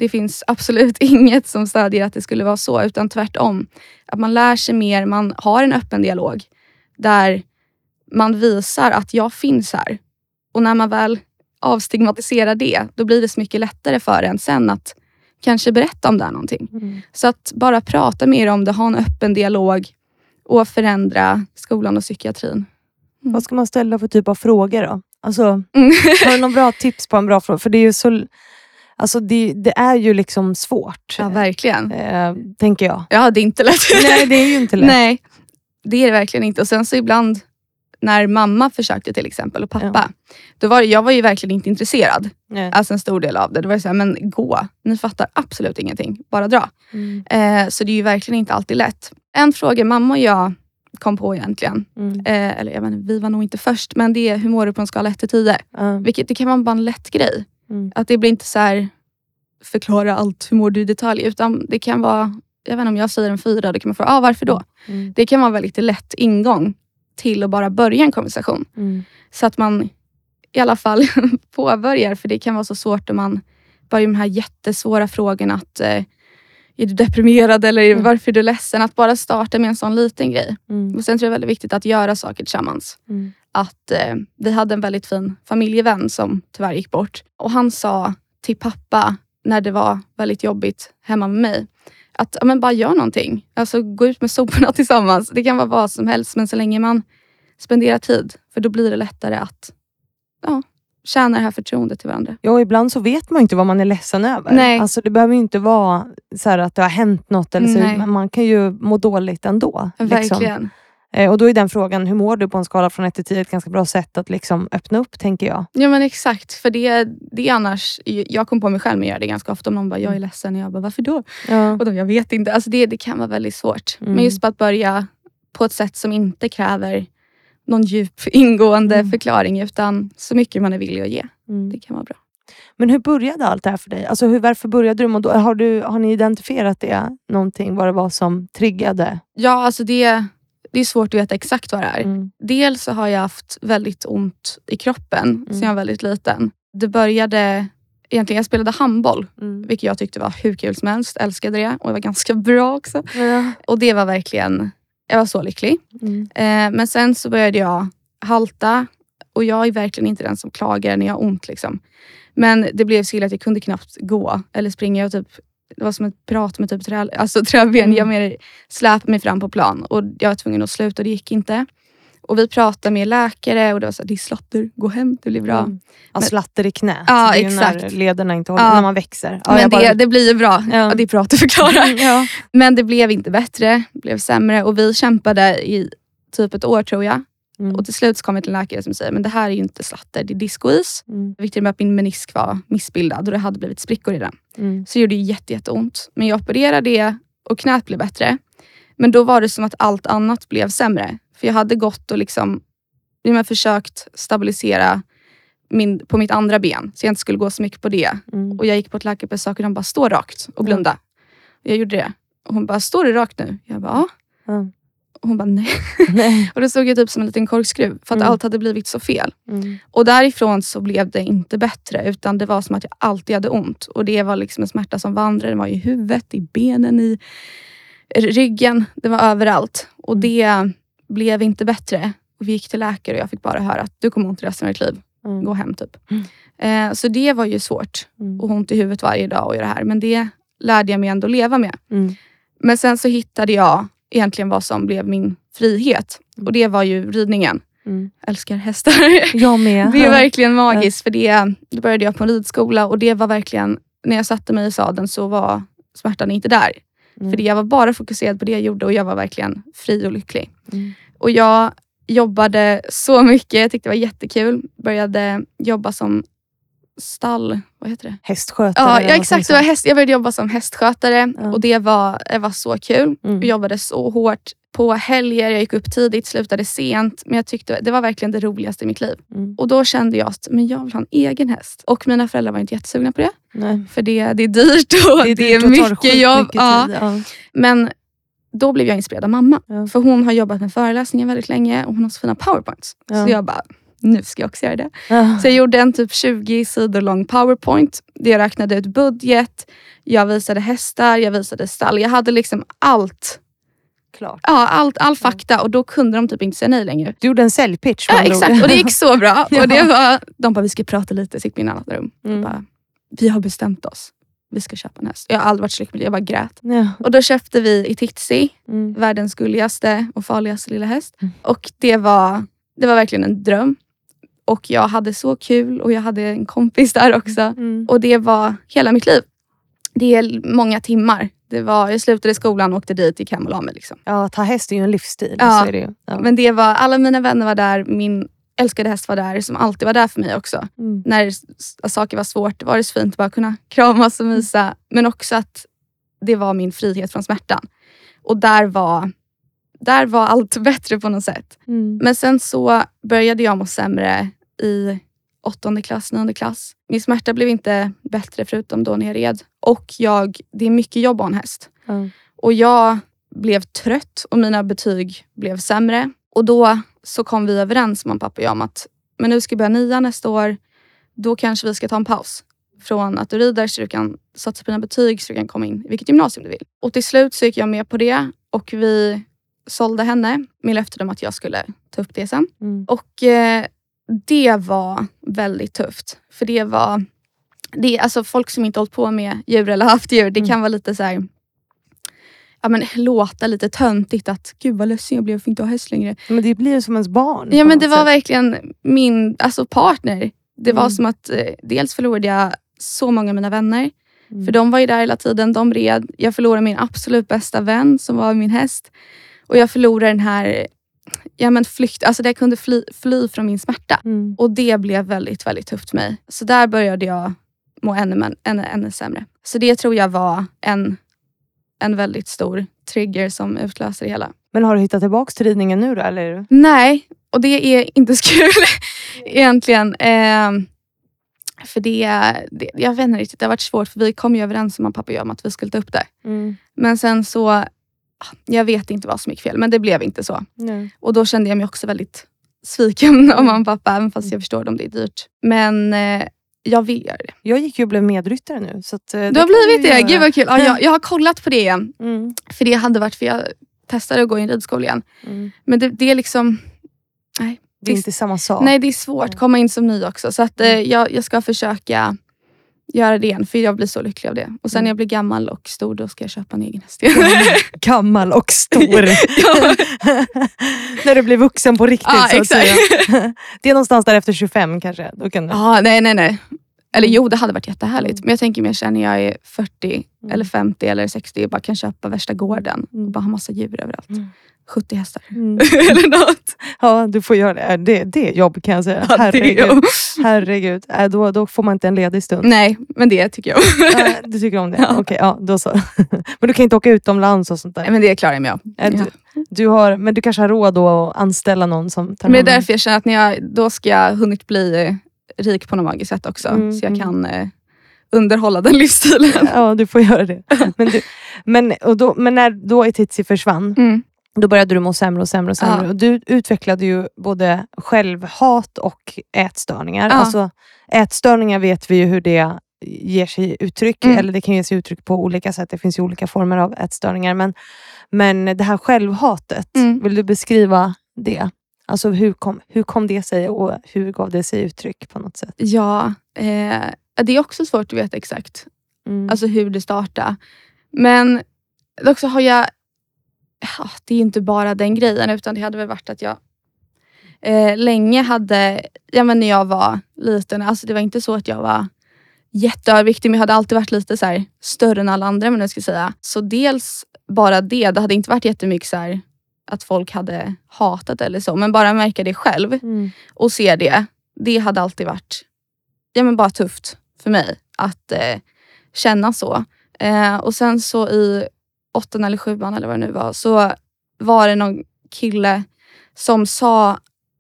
Det finns absolut inget som stödjer att det skulle vara så, utan tvärtom. Att man lär sig mer, man har en öppen dialog där man visar att jag finns här. Och när man väl avstigmatiserar det, då blir det så mycket lättare för en sen att kanske berätta om det här någonting. Mm. Så att bara prata mer om det, ha en öppen dialog och förändra skolan och psykiatrin. Mm. Vad ska man ställa för typ av frågor då? Alltså, Mm. har du någon bra tips på en bra fråga? För det är ju så... Alltså det, det är ju liksom svårt. Ja, verkligen. Eh, tänker jag. Ja, det är inte lätt. Nej, det är ju inte lätt. Nej, det är det verkligen inte. Och sen så ibland när mamma försökte till exempel och pappa. Ja. Då var jag var ju verkligen inte intresserad. Nej. Alltså en stor del av det. Det var så här, men gå. Ni fattar absolut ingenting. Bara dra. Mm. Eh, så det är ju verkligen inte alltid lätt. En fråga mamma och jag kom på egentligen. Mm. Eh, eller jag menar, vi var nog inte först. Men det är hur mår du på en skala ett till tio? Mm. Vilket det kan vara bara en lätt grej. Mm. Att det blir inte så här förklara allt, hur mår du i detalj. Utan det kan vara, jag vet inte om jag säger en fyra. Då kan man fråga, ah, varför då? Mm. Det kan vara väldigt lätt ingång till att bara börja en konversation. Mm. Så att man i alla fall påbörjar. För det kan vara så svårt om man börjar med de här jättesvåra frågorna. Att, eh, är du deprimerad eller mm. varför är du ledsen? Att bara starta med en sån liten grej. Mm. Och sen tror jag det är väldigt viktigt att göra saker tillsammans. Mm. Att eh, vi hade en väldigt fin familjevän som tyvärr gick bort. Och han sa till pappa när det var väldigt jobbigt hemma med mig. Att ja, men bara gör någonting. Alltså gå ut med soporna tillsammans. Det kan vara vad som helst. Men så länge man spenderar tid. För då blir det lättare att ja, tjäna det här förtroendet till varandra. Ja, ibland så vet man inte vad man är ledsen över. Nej. Alltså det behöver ju inte vara så här att det har hänt något. Eller så. Men man kan ju må dåligt ändå. Verkligen. Liksom. Och då är den frågan, hur mår du på en skala från ett till tio? Ett ganska bra sätt att liksom öppna upp, tänker jag. Ja men exakt, för det, det är annars, jag kom på mig själv med att göra det ganska ofta. Om någon bara, jag är ledsen, och jag bara, varför då? Ja. Och då, jag vet inte, alltså det, det kan vara väldigt svårt. Mm. Men just på att börja på ett sätt som inte kräver någon djup ingående mm. förklaring. Utan så mycket man är villig att ge. Mm. Det kan vara bra. Men hur började allt det här för dig? Alltså hur, varför började du? Då, har du? Har ni identifierat det någonting? Vad det var som triggade? Ja, alltså det... Det är svårt att veta exakt vad det är. Mm. Dels så har jag haft väldigt ont i kroppen mm. sedan jag var väldigt liten. Det började, egentligen jag spelade handboll. Mm. Vilket jag tyckte var hur kul som helst. Älskade det. Och det var ganska bra också. Mm. Och det var verkligen, jag var så lycklig. Mm. Eh, men sen så började jag halta. Och jag är verkligen inte den som klagar när jag har ont liksom. Men det blev så illa att jag kunde knappt gå. Eller springa och typ... Det var som ett prat med typ trä, alltså träben. Mm. Jag mer släpade mig fram på plan. Och jag var tvungen att sluta och det gick inte. Och vi pratade med läkare. Och det var så här, det är slatter, gå hem, det blir bra. Mm. Ja, slatter i knät. Ja, det är exakt. När lederna inte håller, ja. när man växer. Ja, men bara... det, det blir ju bra. Ja. Ja, det är bra att du förklarar. ja. Men det blev inte bättre. Det blev sämre. Och vi kämpade i typ ett år tror jag. Mm. Och till slut så kom jag till en läkare som säger, men det här är ju inte slatter, det är diskois. Mm. Det viktiga med att min menisk var missbildad och det hade blivit sprickor i den. Mm. Så det gjorde jätte, jätteont. Men jag opererade det och knät blev bättre. Men då var det som att allt annat blev sämre. För jag hade gått och liksom jag hade försökt stabilisera min, på mitt andra ben. Så jag inte skulle gå så mycket på det. Mm. Och jag gick på ett läkarbesök och de bara, stå rakt och blunda. Mm. Jag gjorde det. Och hon bara, står du rakt nu? Jag bara, ja. Mm. Och hon bara, nej. nej. Och det såg jag typ som en liten korkskruv. För att mm. allt hade blivit så fel. Mm. Och därifrån så blev det inte bättre. Utan det var som att jag alltid hade ont. Och det var liksom en smärta som vandrade. Det var i huvudet, i benen, i ryggen. Det var överallt. Och det blev inte bättre. Och vi gick till läkare och jag fick bara höra att du kommer ont resten av ditt liv. Mm. Gå hem typ. Mm. Eh, så det var ju svårt. Mm. Och ont i huvudet varje dag och göra det här. Men det lärde jag mig ändå leva med. Mm. Men sen så hittade jag egentligen vad som blev min frihet. Mm. Och det var ju ridningen. Mm. Jag älskar hästar. Jag med. Det är verkligen magiskt. För det, då började jag på en ridskola. Och det var verkligen, när jag satte mig i sadeln så var smärtan inte där. Mm. För det, jag var bara fokuserad på det jag gjorde. Och jag var verkligen fri och lycklig. Mm. Och jag jobbade så mycket. Jag tyckte det var jättekul. Började jobba som stall, vad heter det? Hästskötare. Ja, ja exakt. Så. Häst, jag började jobba som hästskötare. Ja. Och det var, det var så kul. Mm. Jag jobbade så hårt på helger. Jag gick upp tidigt, slutade sent. Men jag tyckte det var verkligen det roligaste i mitt liv. Mm. Och då kände jag att men jag vill ha en egen häst. Och mina föräldrar var inte jättesugna på det. Nej. För det, det är dyrt och det är, det är mycket jobb. Mycket ja. Ja. Men då blev jag inspirerad av mamma. Ja. För hon har jobbat med föreläsningar väldigt länge. Och hon har så fina powerpoints. Ja. Så jag bara, nu ska jag också göra det. Ja. Så jag gjorde en typ tjugo sidor lång PowerPoint. Där jag räknade ut budget. Jag visade hästar, jag visade stall. Jag hade liksom allt. Klart. Ja, allt, all fakta. Och då kunde de typ inte säga nej längre. Du gjorde en säljpitch. Ja, exakt. Och det gick så bra. Ja. Och det var, de bara, vi ska prata lite. Sitt i ett annat rum. Mm. Bara, vi har bestämt oss. Vi ska köpa en häst. Jag har aldrig varit så lycklig. Jag bara grät. Ja. Och då köpte vi i Titsi. Mm. Världens gulligaste och farligaste lilla häst. Mm. Och det var, det var verkligen en dröm. Och jag hade så kul. Och jag hade en kompis där också. Mm. Och det var hela mitt liv. Det är många timmar. Det var, jag slutade skolan och åkte dit, gick hem och la mig. Liksom. Ja, ta häst är ju en livsstil. Ja. Så är det ju. Ja. Men det var, alla mina vänner var där. Min älskade häst var där. Som alltid var där för mig också. Mm. När s- saker var svårt. Det var det så fint att bara kunna kramas och mysa. Men också att det var min frihet från smärtan. Och där var, där var allt bättre på något sätt. Mm. Men sen så började jag må sämre i åttonde klass, nionde klass. Min smärta blev inte bättre förutom då när jag red. Och jag, det är mycket jobb att ha en häst. Ja. Och jag blev trött och mina betyg blev sämre. Och då så kom vi överens, man pappa och jag, om att men nu ska jag börja nia nästa år. Då kanske vi ska ta en paus. Från att du rider så du kan satsa på dina betyg så du kan komma in i vilket gymnasium du vill. Och till slut så gick jag med på det. Och vi sålde henne med löfte om att jag skulle ta upp det sen. Mm. Och eh, det var väldigt tufft. För det var... Det är alltså folk som inte hållit på med djur eller haft djur. Det kan Mm. vara lite så här... Ja, men låta lite töntigt att gud vad ledsen jag blev för inte ha häst längre. Men det blir ju som ens barn. Ja, på men något det var sätt. verkligen min alltså partner. Det var Mm. som att eh, dels förlorade jag så många av mina vänner. Mm. För de var ju där hela tiden, de red. Jag förlorade min absolut bästa vän som var min häst. Och jag förlorade den här ja, men flykt, alltså där jag kunde fly, fly från min smärta. Mm. Och det blev väldigt, väldigt tufft för mig. Så där började jag må ännu, ännu, ännu sämre. Så det tror jag var en, en väldigt stor trigger som utlöser det hela. Men har du hittat tillbaka till ridningen nu då? Eller? Nej, och det är inte så kul egentligen. Eh, för det, det, jag vet inte riktigt, det har varit svårt. För vi kom ju överens om att pappa och jag om att vi skulle ta upp det. Mm. Men sen så, jag vet inte vad som gick fel. Men det blev inte så. Nej. Och då kände jag mig också väldigt sviken av mamma och pappa. Även fast jag förstår om det är dyrt. Men eh, jag vill göra det. Jag gick ju och blev medryttare nu. Så att, eh, Du det har kan blivit du det, göra. gud vad kul. Ja, jag, jag har kollat på det igen. Mm. För det hade varit, för jag testade att gå i en ridskola igen. Mm. Men det, det är liksom, nej. Det är inte samma sak. Nej, det är svårt att komma in som ny också. Så att, eh, jag, jag ska försöka göra det igen. För jag blir så lycklig av det. Och sen Mm. när jag blir gammal och stor, då ska jag köpa en egen häst. Gammal och stor. Ja. När du blir vuxen på riktigt. Ja, så att exakt. säga. Det är någonstans där efter tjugofem kanske. Då kan du... Ja, nej, nej, nej. Eller jo, det hade varit jättehärligt. Mm. Men jag tänker mer sen när jag är fyrtio Mm. eller femtio eller sextio. Bara kan köpa värsta gården. Mm. Och bara ha massa djur överallt. Mm. sjuttio hästar. Mm. eller något. Ja, du får göra det. Det, det är jobb kan jag säga. Ja, det är Herregud. jobb. Herregud. Äh, då, då får man inte en ledig stund. Nej, men det tycker jag. Äh, du tycker om det? Ja. Okej, ja, då så. Men du kan inte åka utomlands och sånt där. Nej, men det klarar jag mig av. Äh, Ja. du, du har, men du kanske har råd att anställa någon som tar Men det hand är om- därför jag känner att när jag, då ska jag hunnit bli eh, rik på något magiskt sätt också. Mm, Så jag mm. kan eh, underhålla den livsstilen. Ja, du får göra det. Men, du, men, och då, men när då Etitsi försvann, Mm. då började du må sämre och sämre och sämre. Ja. Och du utvecklade ju både självhat och ätstörningar. Ja. Alltså, ätstörningar vet vi ju hur det ger sig uttryck. Mm. Eller det kan ge sig uttryck på olika sätt. Det finns ju olika former av ätstörningar. Men, men det här självhatet, Mm. vill du beskriva det? Alltså hur kom, hur kom det sig och hur gav det sig uttryck på något sätt? Ja, eh, det är också svårt att veta exakt. Mm. Alltså hur det startade. Men också har jag... Ja, det är inte bara den grejen. Utan det hade väl varit att jag eh, länge hade... Ja, men när jag var liten. Alltså det var inte så att jag var jätteöverviktig. Men jag hade alltid varit lite så här, större än alla andra. Men jag ska säga. Så dels bara det. Det hade inte varit jättemycket så här, att folk hade hatat eller så. Men bara märka det själv. Mm. Och se det. Det hade alltid varit ja, men bara tufft för mig. Att eh, känna så. Eh, och sen så i åttan eller sjuan eller vad det nu var. Så var det någon kille som sa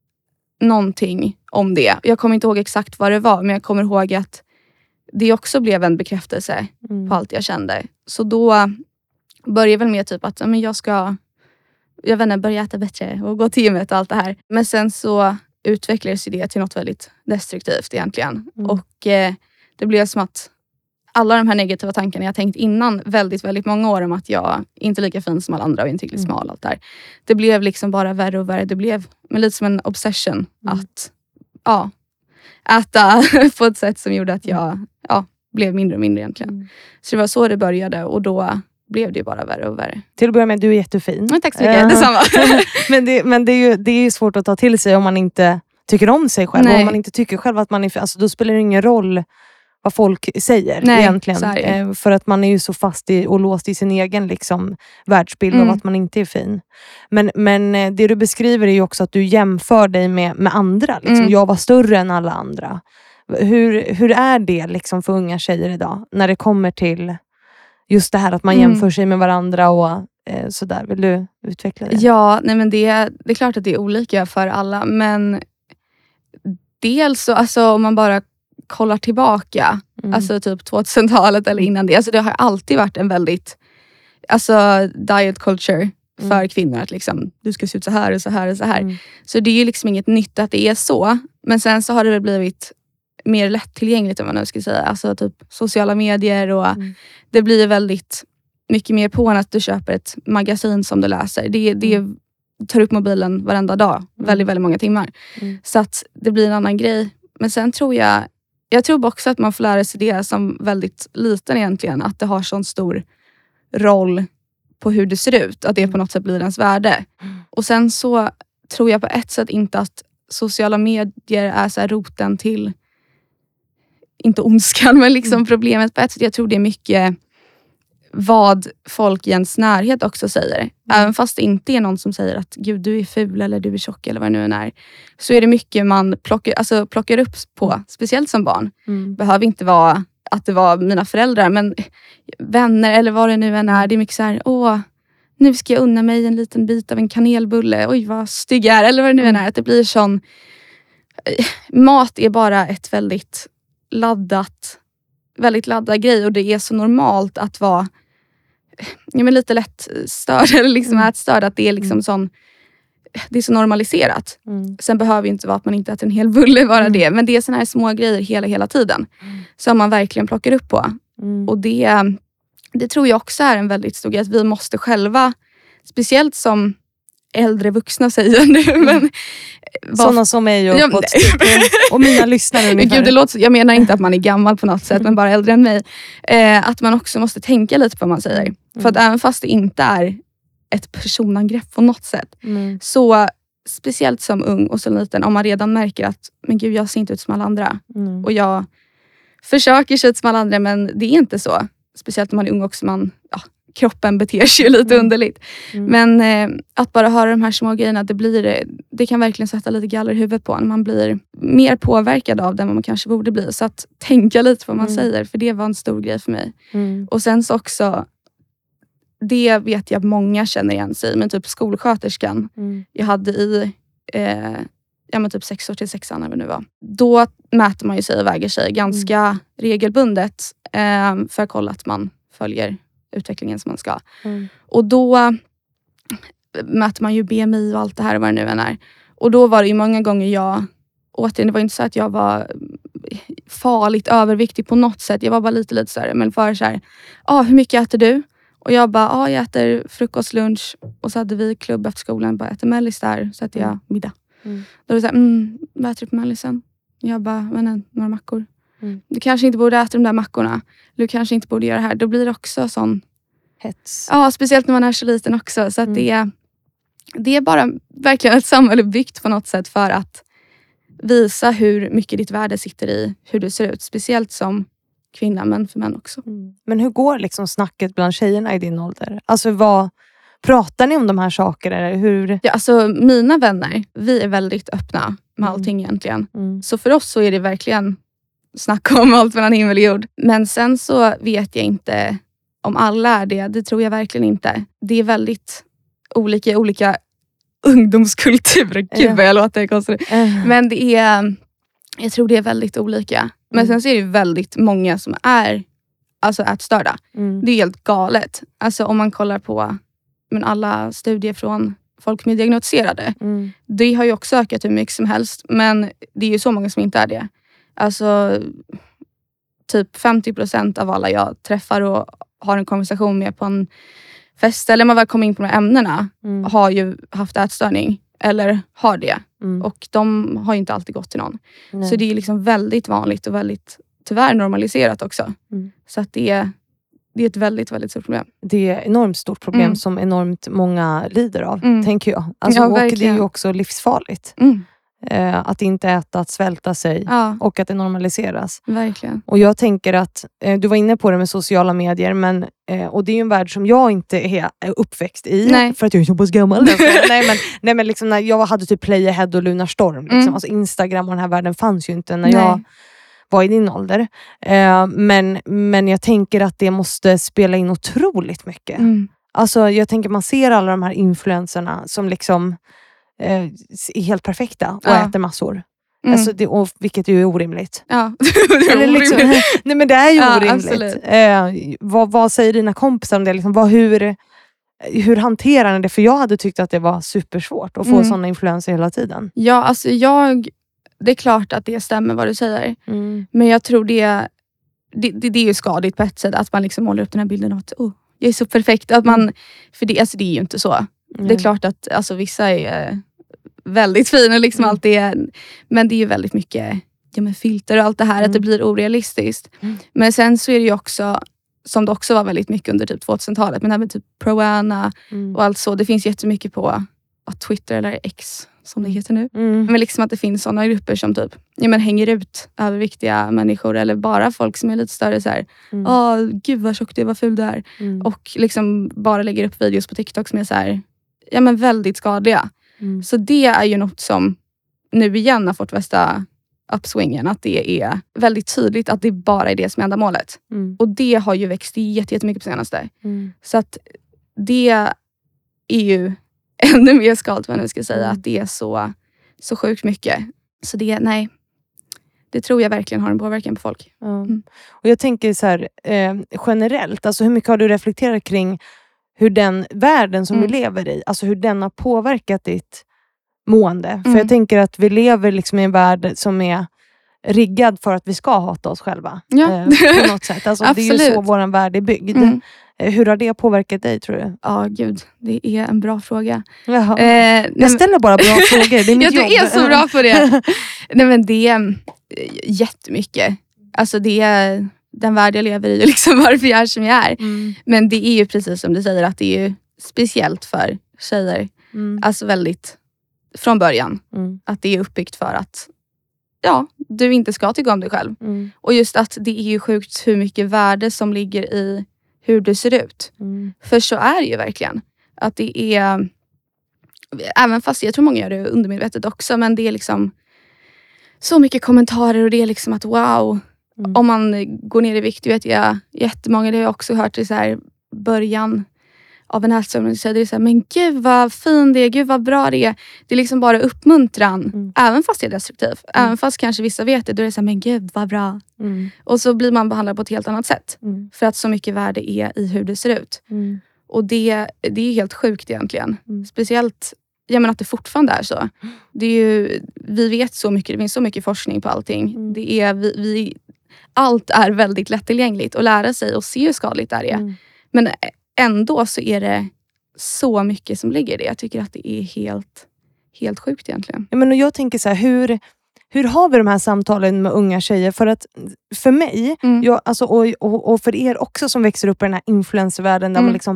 någonting om det. Jag kommer inte ihåg exakt vad det var. Men jag kommer ihåg att det också blev en bekräftelse Mm. på allt jag kände. Så då började jag väl med typ att men jag ska jag vet inte, börja äta bättre och gå till gymmet och allt det här. Men sen så utvecklades det till något väldigt destruktivt egentligen. Mm. Och eh, det blev som att alla de här negativa tankarna jag tänkt innan väldigt, väldigt många år om att jag inte är lika fin som alla andra och inte tillräckligt Mm. smal. Allt där. Det blev liksom bara värre och värre. Det blev men lite som en obsession Mm. att ja, äta på ett sätt som gjorde att jag ja, blev mindre och mindre egentligen. Mm. Så det var så det började och då blev det ju bara värre och värre. Till att börja med, du är jättefin. Men tack så mycket, detsamma. men det, men det, är ju, det är ju svårt att ta till sig om man inte tycker om sig själv. Nej. Om man inte tycker själv att man är fin. Alltså, då spelar det ingen roll vad folk säger. Nej, egentligen. så är det. Eh, för att man är ju så fast i, och låst i sin egen liksom, världsbild Mm. av att man inte är fin. Men, men eh, det du beskriver är ju också att du jämför dig med, med andra. Liksom. Mm. Jag var större än alla andra. Hur, hur är det liksom, för unga tjejer idag? När det kommer till just det här att man Mm. jämför sig med varandra och eh, sådär. Vill du utveckla det? Ja, nej men det, det är klart att det är olika för alla. Men dels så, alltså, om man bara kollar tillbaka, Mm. alltså typ tvåtusentalet eller innan det. Alltså det har alltid varit en väldigt, alltså diet culture för Mm. kvinnor. Att liksom, du ska se ut så här och så här och så här. Mm. Så det är ju liksom inget nytt att det är så. Men sen så har det väl blivit mer lättillgängligt om man nu ska säga. Alltså typ sociala medier och Mm. det blir väldigt mycket mer på än att du köper ett magasin som du läser. Det, det tar upp mobilen varenda dag. Mm. Väldigt, väldigt många timmar. Mm. Så att det blir en annan grej. Men sen tror jag, jag tror också att man får lära sig det som väldigt liten egentligen. Att det har sån stor roll på hur det ser ut. Att det på något sätt blir ens värde. Mm. Och sen så tror jag på ett sätt inte att sociala medier är så här roten till, inte ondskan, men liksom Mm. problemet på ett sätt. Jag tror det är mycket vad folk i ens närhet också säger. Mm. Även fast det inte är någon som säger att gud, du är ful eller du är tjock eller vad det nu än är. Så är det mycket man plockar, alltså, plockar upp på, speciellt som barn. Mm. Behöver inte vara att det var mina föräldrar, men vänner eller vad det nu än är. Det är mycket så här, åh, nu ska jag unna mig en liten bit av en kanelbulle. Oj, vad stygg jag är. Eller vad det nu än är. Att det blir sån... Mat är bara ett väldigt laddat, väldigt laddad grej. Och det är så normalt att vara ja, men lite lätt störd eller liksom Mm. ätstörd. Att det är liksom Mm. sån... Det är så normaliserat. Mm. Sen behöver ju inte vara att man inte äter en hel bulle bara Mm. det. Men det är såna här små grejer hela, hela tiden. Mm. Som man verkligen plockar upp på. Mm. Och det, det tror jag också är en väldigt stor grej. Att vi måste själva, speciellt som äldre vuxna säger nu. Men, Sådana som mig och, Ja, och, nej. och mina lyssnare men ungefär. gud, det låter, jag menar inte att man är gammal på något sätt. Men bara äldre än mig. Eh, att man också måste tänka lite på vad man säger. Mm. För att även fast det inte är ett personangrepp på något sätt. Mm. Så speciellt som ung och så liten. Om man redan märker att men gud, jag ser inte ut som alla andra. Mm. Och jag försöker se ut som alla andra, men det är inte så. Speciellt när man är ung också. Man, ja, kroppen beter sig ju lite Mm. underligt. Mm. Men eh, att bara höra de här små grejerna, det, blir, det kan verkligen sätta lite galler i huvudet på en. Man blir mer påverkad av det än vad man kanske borde bli. Så att tänka lite på vad man Mm. säger. För det var en stor grej för mig. Mm. Och sen så också, det vet jag många känner igen sig i. Men typ skolsköterskan Mm. jag hade i eh, ja, men typ sex år till sexan eller vad det nu var. Då mäter man ju sig och väger sig ganska Mm. regelbundet eh, för att kolla att man följer utvecklingen som man ska. Mm. Och då mäter man ju B M I och allt det här och vad det nu än är. Och då var det ju många gånger jag, återigen, det var inte så att jag var farligt överviktig på något sätt. Jag var bara lite lite större. Men för så här, ah, hur mycket äter du? Och jag bara, ah, jag äter frukost, lunch. Och så hade vi klubb efter skolan. Bara äter mellis där. Så äter jag middag. Mm. Då var det så här, mm, vad äter du på mellisen? Jag bara, men nej, några mackor. Mm. Du kanske inte borde äta de där mackorna. Du kanske inte borde göra det här. Då blir det också sån... Hets. Ja, speciellt när man är så liten också. Så att Mm. det, är, det är bara verkligen ett samhälle byggt på något sätt för att visa hur mycket ditt värde sitter i hur du ser ut. Speciellt som kvinna, men för män också. Mm. Men hur går liksom snacket bland tjejerna i din ålder? Alltså vad pratar ni om de här sakerna? Eller hur? Ja, alltså mina vänner, vi är väldigt öppna med Mm. allting egentligen. Mm. Så för oss så är det verkligen snack om allt mellan himmel och jord. Men sen så vet jag inte om alla är det. Det tror jag verkligen inte. Det är väldigt olika olika ungdomskulturer. Gud Ja. vad jag låter konstigt. Äh. Men det är, jag tror det är väldigt olika. Men Mm. sen så är det väldigt många som är alltså ätstörda. Mm. Det är helt galet. Alltså om man kollar på men alla studier från folk som är diagnostiserade. Mm. Det har ju också ökat hur mycket som helst. Men det är ju så många som inte är det. Alltså typ femtio procent av alla jag träffar och har en konversation med på en fest, eller man väl kommer in på de här ämnena, Mm. har ju haft ätstörning. Eller har det. Mm. Och de har ju inte alltid gått till någon. Nej. Så det är liksom väldigt vanligt och väldigt tyvärr normaliserat också. Mm. Så att det är, det är ett väldigt, väldigt stort problem. Det är ett enormt stort problem Mm. som enormt många lider av, Mm. tänker jag. Alltså, Ja, och det är verkligen. ju också livsfarligt. Mm. Eh, att inte äta, att svälta sig Ja, och att det normaliseras. verkligen. Och jag tänker att, eh, du var inne på det med sociala medier, men, eh, och det är ju en värld som jag inte är, är uppväxt i, Nej. för att jag är så pass gammal. nej men, nej, men liksom när jag hade typ Playahead och Lunarstorm, liksom. Mm. Alltså Instagram och den här världen fanns ju inte när Nej. jag var i din ålder. Eh, men, men jag tänker att det måste spela in otroligt mycket. Mm. Alltså jag tänker man ser alla de här influencerna som liksom eh, är helt perfekta och Ja. äter massor. Mm. Alltså det, och, vilket ju är orimligt. Ja, det är Eller liksom, orimligt. nej men det är ju Ja, orimligt. absolut. Eh, vad, vad säger dina kompisar om det? Liksom, vad, hur, hur hanterar ni det? För jag hade tyckt att det var supersvårt att få Mm. sådana influenser hela tiden. Ja, alltså jag... Det är klart att det stämmer vad du säger. Mm. Men jag tror det, det, det, det är ju skadligt på ett sätt. Att man liksom målar upp den här bilden av att oh, jag är så perfekt. Att man, för det, alltså det är ju inte så. Det är klart att alltså, vissa är eh, väldigt fina. Liksom Mm. allt det, men det är ju väldigt mycket ja, med filter och allt det här. Mm. Att det blir orealistiskt. Mm. Men sen så är det ju också, som det också var väldigt mycket under typ tvåtusentalet. Men det här med typ Proana Mm. och allt så. Det finns jättemycket på ja, Twitter eller X som det heter nu. Mm. Men liksom att det finns sådana grupper som typ ja, men hänger ut överviktiga människor eller bara folk som är lite större så här. Mm. Åh, gud vad tjock du är, vad ful du är. Mm. Och liksom bara lägger upp videos på TikTok som är så här, ja men väldigt skadliga. Mm. Så det är ju något som nu igen har fått värsta uppswingen. Att det är väldigt tydligt att det bara är det som är enda målet. Mm. Och det har ju växt jätte- jättemycket på senaste. Mm. Så att det är ju ännu mer skadligt vad jag nu ska säga. Mm. Att det är så, så sjukt mycket. Så det, nej. Det tror jag verkligen har en påverkan på folk. Ja. Mm. Och jag tänker så här, eh, generellt, alltså hur mycket har du reflekterat kring hur den världen som Mm. vi lever i, alltså hur den har påverkat ditt mående? För Mm. jag tänker att vi lever liksom i en värld som är riggad för att vi ska hata oss själva. Ja. Eh, på något sätt. Alltså, det är ju så Absolut. vår värld är byggd. Mm. Eh, hur har det påverkat dig, tror du? Ja, gud. Det är en bra fråga. Jaha. Eh, nej, men- jag ställer bara bra frågor, det är mitt Ja, du jobb. är så bra på det. Nej, men det är eh, jättemycket. Alltså det är den värld jag lever i och liksom varför jag är som jag är. Mm. Men det är ju precis som du säger att det är ju speciellt för tjejer. Mm. Alltså väldigt från början. Mm. Att det är uppbyggt för att ja, du inte ska tycka om dig själv. Mm. Och just att det är ju sjukt hur mycket värde som ligger i hur du ser ut. Mm. För så är det ju verkligen. Att det är, även fast jag tror många gör det undermedvetet också, men det är liksom så mycket kommentarer och det är liksom att wow, Mm. om man går ner i vikt, vet jag jättemånga, det har jag också hört i så här början av en ätstörning, så är det så här, men gud vad fin det är, gud vad bra det är. Det är liksom bara uppmuntran, Mm. även fast det är destruktivt. Mm. Även fast kanske vissa vet det, då är det så här, men gud vad bra. Mm. Och så blir man behandlad på ett helt annat sätt. Mm. För att så mycket värde är i hur det ser ut. Mm. Och det, det är helt sjukt egentligen. Mm. Speciellt jag menar, att det fortfarande är så. Det är ju, vi vet så mycket, det finns så mycket forskning på allting. Mm. Det är, vi, vi, allt är väldigt lättillgängligt att lära sig och se hur skadligt det är. Mm. Men ändå så är det så mycket som ligger i det. Jag tycker att det är helt, helt sjukt egentligen. Ja, men och jag tänker så här, hur, hur har vi de här samtalen med unga tjejer? För att för mig, Mm. jag, alltså, och, och, och för er också som växer upp i den här influencervärlden där Mm. man liksom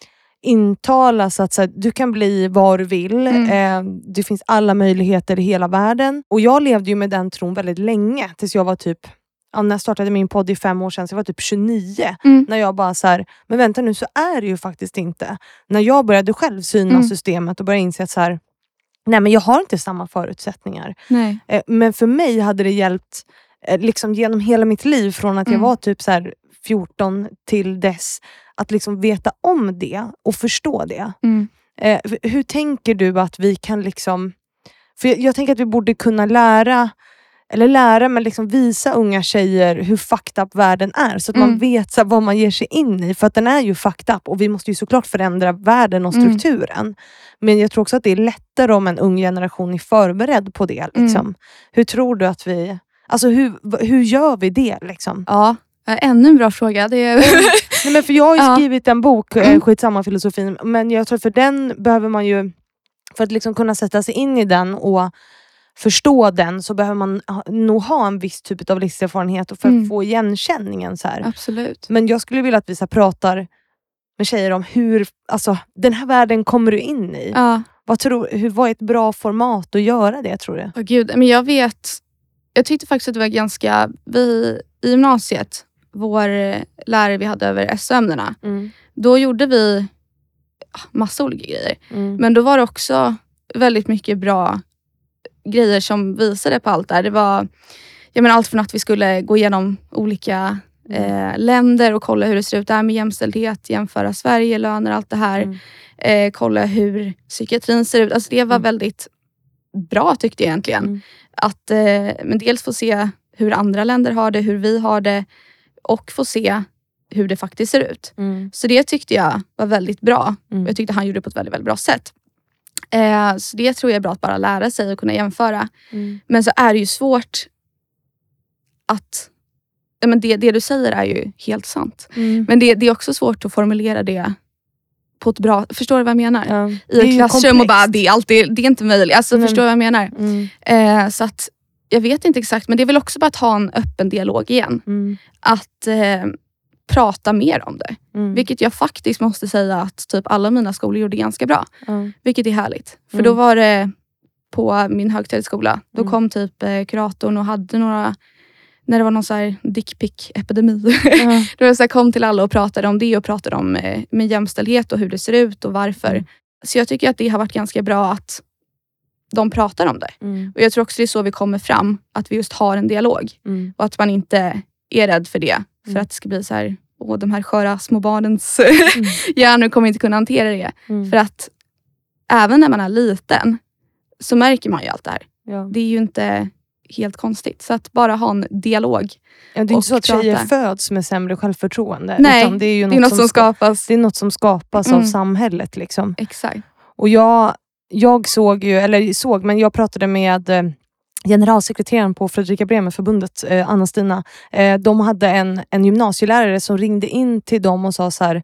intalas att så här, du kan bli vad du vill. Mm. Eh, det finns alla möjligheter i hela världen. Och jag levde ju med den tron väldigt länge. Tills jag var typ, ja, när jag startade min podd i fem år sedan, så jag var typ tjugonio. Mm. När jag bara så här, men vänta nu, så är det ju faktiskt inte. När jag började själv syna Mm. systemet och började inse att så här, nej men jag har inte samma förutsättningar. Nej. Eh, men för mig hade det hjälpt eh, liksom genom hela mitt liv, från att jag Mm. var typ så här fjorton till dess, att liksom veta om det och förstå det. Mm. Eh, hur tänker du att vi kan liksom, för jag, jag tänker att vi borde kunna lära eller lära, men liksom visa unga tjejer hur fucked up världen är. Så att Mm. man vet så här, vad man ger sig in i. För att den är ju fucked up. Och vi måste ju såklart förändra världen och strukturen. Mm. Men jag tror också att det är lättare om en ung generation är förberedd på det. Liksom. Mm. Hur tror du att vi... Alltså hur, hur gör vi det liksom? Ja, ännu en bra fråga. Det är... Nej, men för jag har ju ja. skrivit en bok, Mm. Skitsamma filosofin. Men jag tror för den behöver man ju... För att liksom kunna sätta sig in i den och förstå den, så behöver man ha, nog ha en viss typ av livserfarenhet och för Mm. att få igenkänningen. Så här. Absolut. Men jag skulle vilja att vi så här, pratar med tjejer om hur, alltså, den här världen kommer du in i. Ja. Vad, tror, hur, vad är ett bra format att göra det, tror du? Åh gud, men jag vet, jag tyckte faktiskt att det var ganska, vi i gymnasiet, vår lärare vi hade över S O-ämnena, Mm. då gjorde vi massa olika grejer. Mm. Men då var det också väldigt mycket bra grejer som visade på allt där. Det var, jag menar, allt från att vi skulle gå igenom olika eh, länder och kolla hur det ser ut där med jämställdhet, jämföra Sverige, löner, allt det här. Mm. Eh, kolla hur psykiatrin ser ut. Alltså det var Mm. väldigt bra, tyckte jag egentligen. Mm. Att eh, men dels få se hur andra länder har det, hur vi har det, och få se hur det faktiskt ser ut. Mm. Så det tyckte jag var väldigt bra. Mm. Jag tyckte han gjorde det på ett väldigt, väldigt bra sätt. Eh, så det tror jag är bra, att bara lära sig och kunna jämföra. Mm. Men så är det ju svårt att... Ja, men det, det du säger är ju helt sant. Mm. Men det, det är också svårt att formulera det på ett bra... Förstår du vad jag menar? Ja. I Det är ett ju klassrum och komplext. bara, det är, alltid, det är inte möjligt. Alltså, Men- förstår du vad jag menar? Mm. Eh, så att jag vet inte exakt, men det är väl också bara att ha en öppen dialog igen. Mm. Att eh, prata mer om det. Mm. Vilket jag faktiskt måste säga att typ alla mina skolor gjorde ganska bra. Ja. Vilket är härligt. För Mm. då var det på min högstadieskola. Då Mm. kom typ eh, kuratorn och hade några, när det var någon så här dickpick-epidemi. Ja. Då var det så här, kom till alla och pratade om det och pratade om eh, med jämställdhet och hur det ser ut och varför. Mm. Så jag tycker att det har varit ganska bra att de pratar om det. Mm. Och jag tror också det är så vi kommer fram. Att vi just har en dialog. Mm. Och att man inte är rädd för det. För Mm. att det ska bli så här, åh, de här sköra små barnens Mm. hjärnor kommer inte kunna hantera det. Mm. För att även när man är liten så märker man ju allt det här. Ja. Det är ju inte helt konstigt. Så att bara ha en dialog. Ja, det är och inte så att tjejer prata. föds med sämre självförtroende. Nej, utan det är ju Det är något som skapas. Det är något som skapas Mm. av samhället. Liksom. Exakt. Och jag, jag såg ju, eller såg, men jag pratade med eh, generalsekreteraren på Fredrika Bremer-förbundet, eh, Anna-Stina. Eh, de hade en, en gymnasielärare som ringde in till dem och sa så här: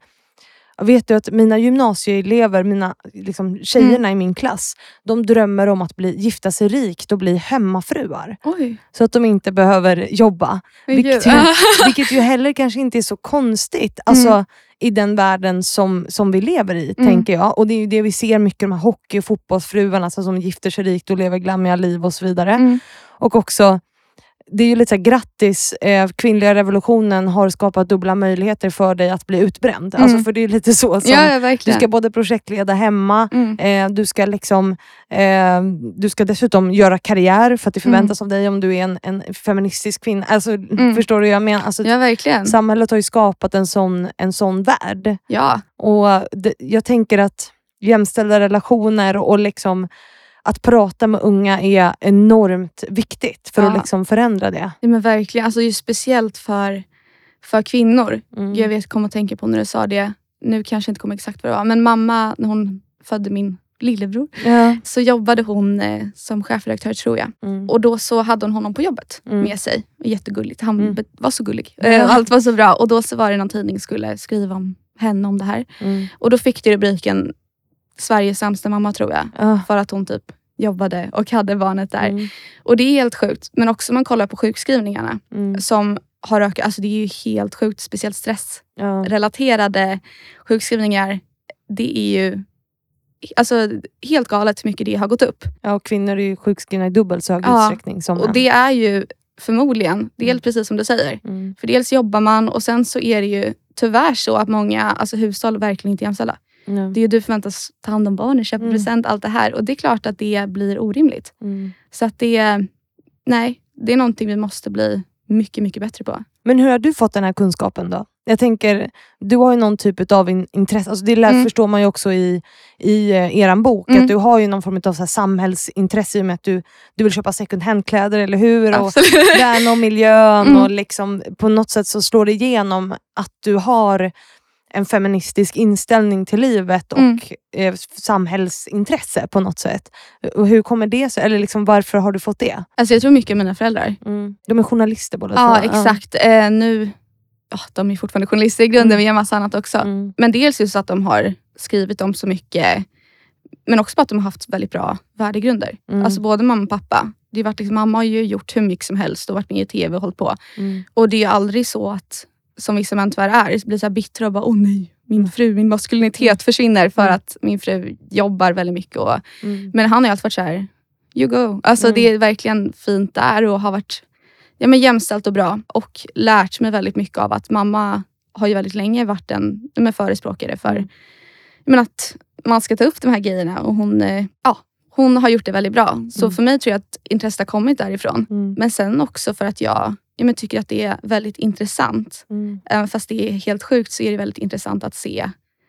vet du att mina gymnasieelever, mina liksom, tjejerna Mm. i min klass, de drömmer om att bli, gifta sig rikt och bli hemmafruar. Oj. Så att de inte behöver jobba. Men Vilket gud. ju, vilket ju heller kanske inte är så konstigt. Alltså Mm. i den världen som, som vi lever i, Mm. tänker jag. Och det är ju det vi ser mycket, de här hockey- och fotbollsfruarna alltså, som gifter sig rikt och lever glammiga liv och så vidare. Mm. Och också, det är ju lite så här, grattis, eh, kvinnliga revolutionen har skapat dubbla möjligheter för dig att bli utbränd. Mm. Alltså för det är lite så som, Ja, ja, du verkligen. ska både projektleda hemma, Mm. Eh, du ska liksom eh, du ska dessutom göra karriär för att det förväntas av dig om du är en, en feministisk kvinna. Alltså, Mm. förstår du vad jag menar? Alltså, Ja, verkligen. samhället har ju skapat en sån, en sån värld. Ja. Och det, jag tänker att jämställda relationer och liksom att prata med unga är enormt viktigt för Ja. att liksom förändra det. Ja, men verkligen. Alltså just speciellt för, för kvinnor. Mm. Jag vet, kom att tänka på när du sa det. Nu kanske inte kommer exakt vad det var. Men mamma, när hon födde min lillebror, Ja. så jobbade hon eh, som chefredaktör, tror jag. Mm. Och då så hade hon honom på jobbet Mm. med sig. Jättegulligt. Han Mm. be- var så gullig. Ja. Eh, Allt var så bra. Och då så var det någon tidning som skulle skriva om henne, om det här. Mm. Och då fick det rubriken Sveriges sämsta mamma, tror jag. Ja. För att hon typ jobbade och hade barnet där. Mm. Och det är helt sjukt. Men också om man kollar på sjukskrivningarna Mm. som har ökat. Alltså det är ju helt sjukt. Speciellt Ja. stressrelaterade sjukskrivningar. Det är ju alltså helt galet hur mycket det har gått upp. Ja, och kvinnor är ju sjukskrivna i dubbelt så hög Ja. utsträckning som Och män. det är ju förmodligen, dels Mm. precis som du säger. Mm. För dels jobbar man och sen så är det ju tyvärr så att många alltså hushåll verkligen inte är jämställda. Ja. Det är ju du förväntas ta hand om barnen, köpa Mm. present, allt det här. Och det är klart att det blir orimligt. Mm. Så att det, nej, det är någonting vi måste bli mycket, mycket bättre på. Men hur har du fått den här kunskapen då? Jag tänker, du har ju någon typ av in, intresse. Alltså det mm. förstår man ju också i, i uh, eran bok. Mm. Att du har ju någon form av så här samhällsintresse i och med att du, du vill köpa second hand-kläder, eller hur? Absolut. Och värna om miljön. Mm. Och liksom, på något sätt så slår det igenom att du har en feministisk inställning till livet och mm. eh, samhällsintresse på något sätt. Och hur kommer det sig? Eller liksom, varför har du fått det? Alltså jag tror mycket mina föräldrar. Mm. De är journalister båda Ja, två. exakt. Ja. Eh, nu, oh, de är fortfarande journalister i grunden, mm. vi gör massa annat också. Mm. Men dels just att de har skrivit om så mycket, men också på att de har haft väldigt bra värdegrunder. Mm. Alltså både mamma och pappa. Det har varit liksom, mamma har ju gjort hur mycket som helst och varit med i tv och hållit på. Mm. Och det är aldrig så att, som vissa män tyvärr är, blir så här bittra och bara, åh nej, min fru, min maskulinitet försvinner för mm. att min fru jobbar väldigt mycket. Och, mm. Men han har alltid varit så här, you go. Alltså mm. det är verkligen fint där och har varit ja, men jämställt och bra. Och lärt mig väldigt mycket av att mamma har ju väldigt länge varit en med förespråkare för mm. men att man ska ta upp de här grejerna. Och hon, ja, hon har gjort det väldigt bra. Så mm. för mig tror jag att intresset har kommit därifrån. Mm. Men sen också för att jag Ja, men tycker att det är väldigt intressant. Mm. Även fast det är helt sjukt så är det väldigt intressant att se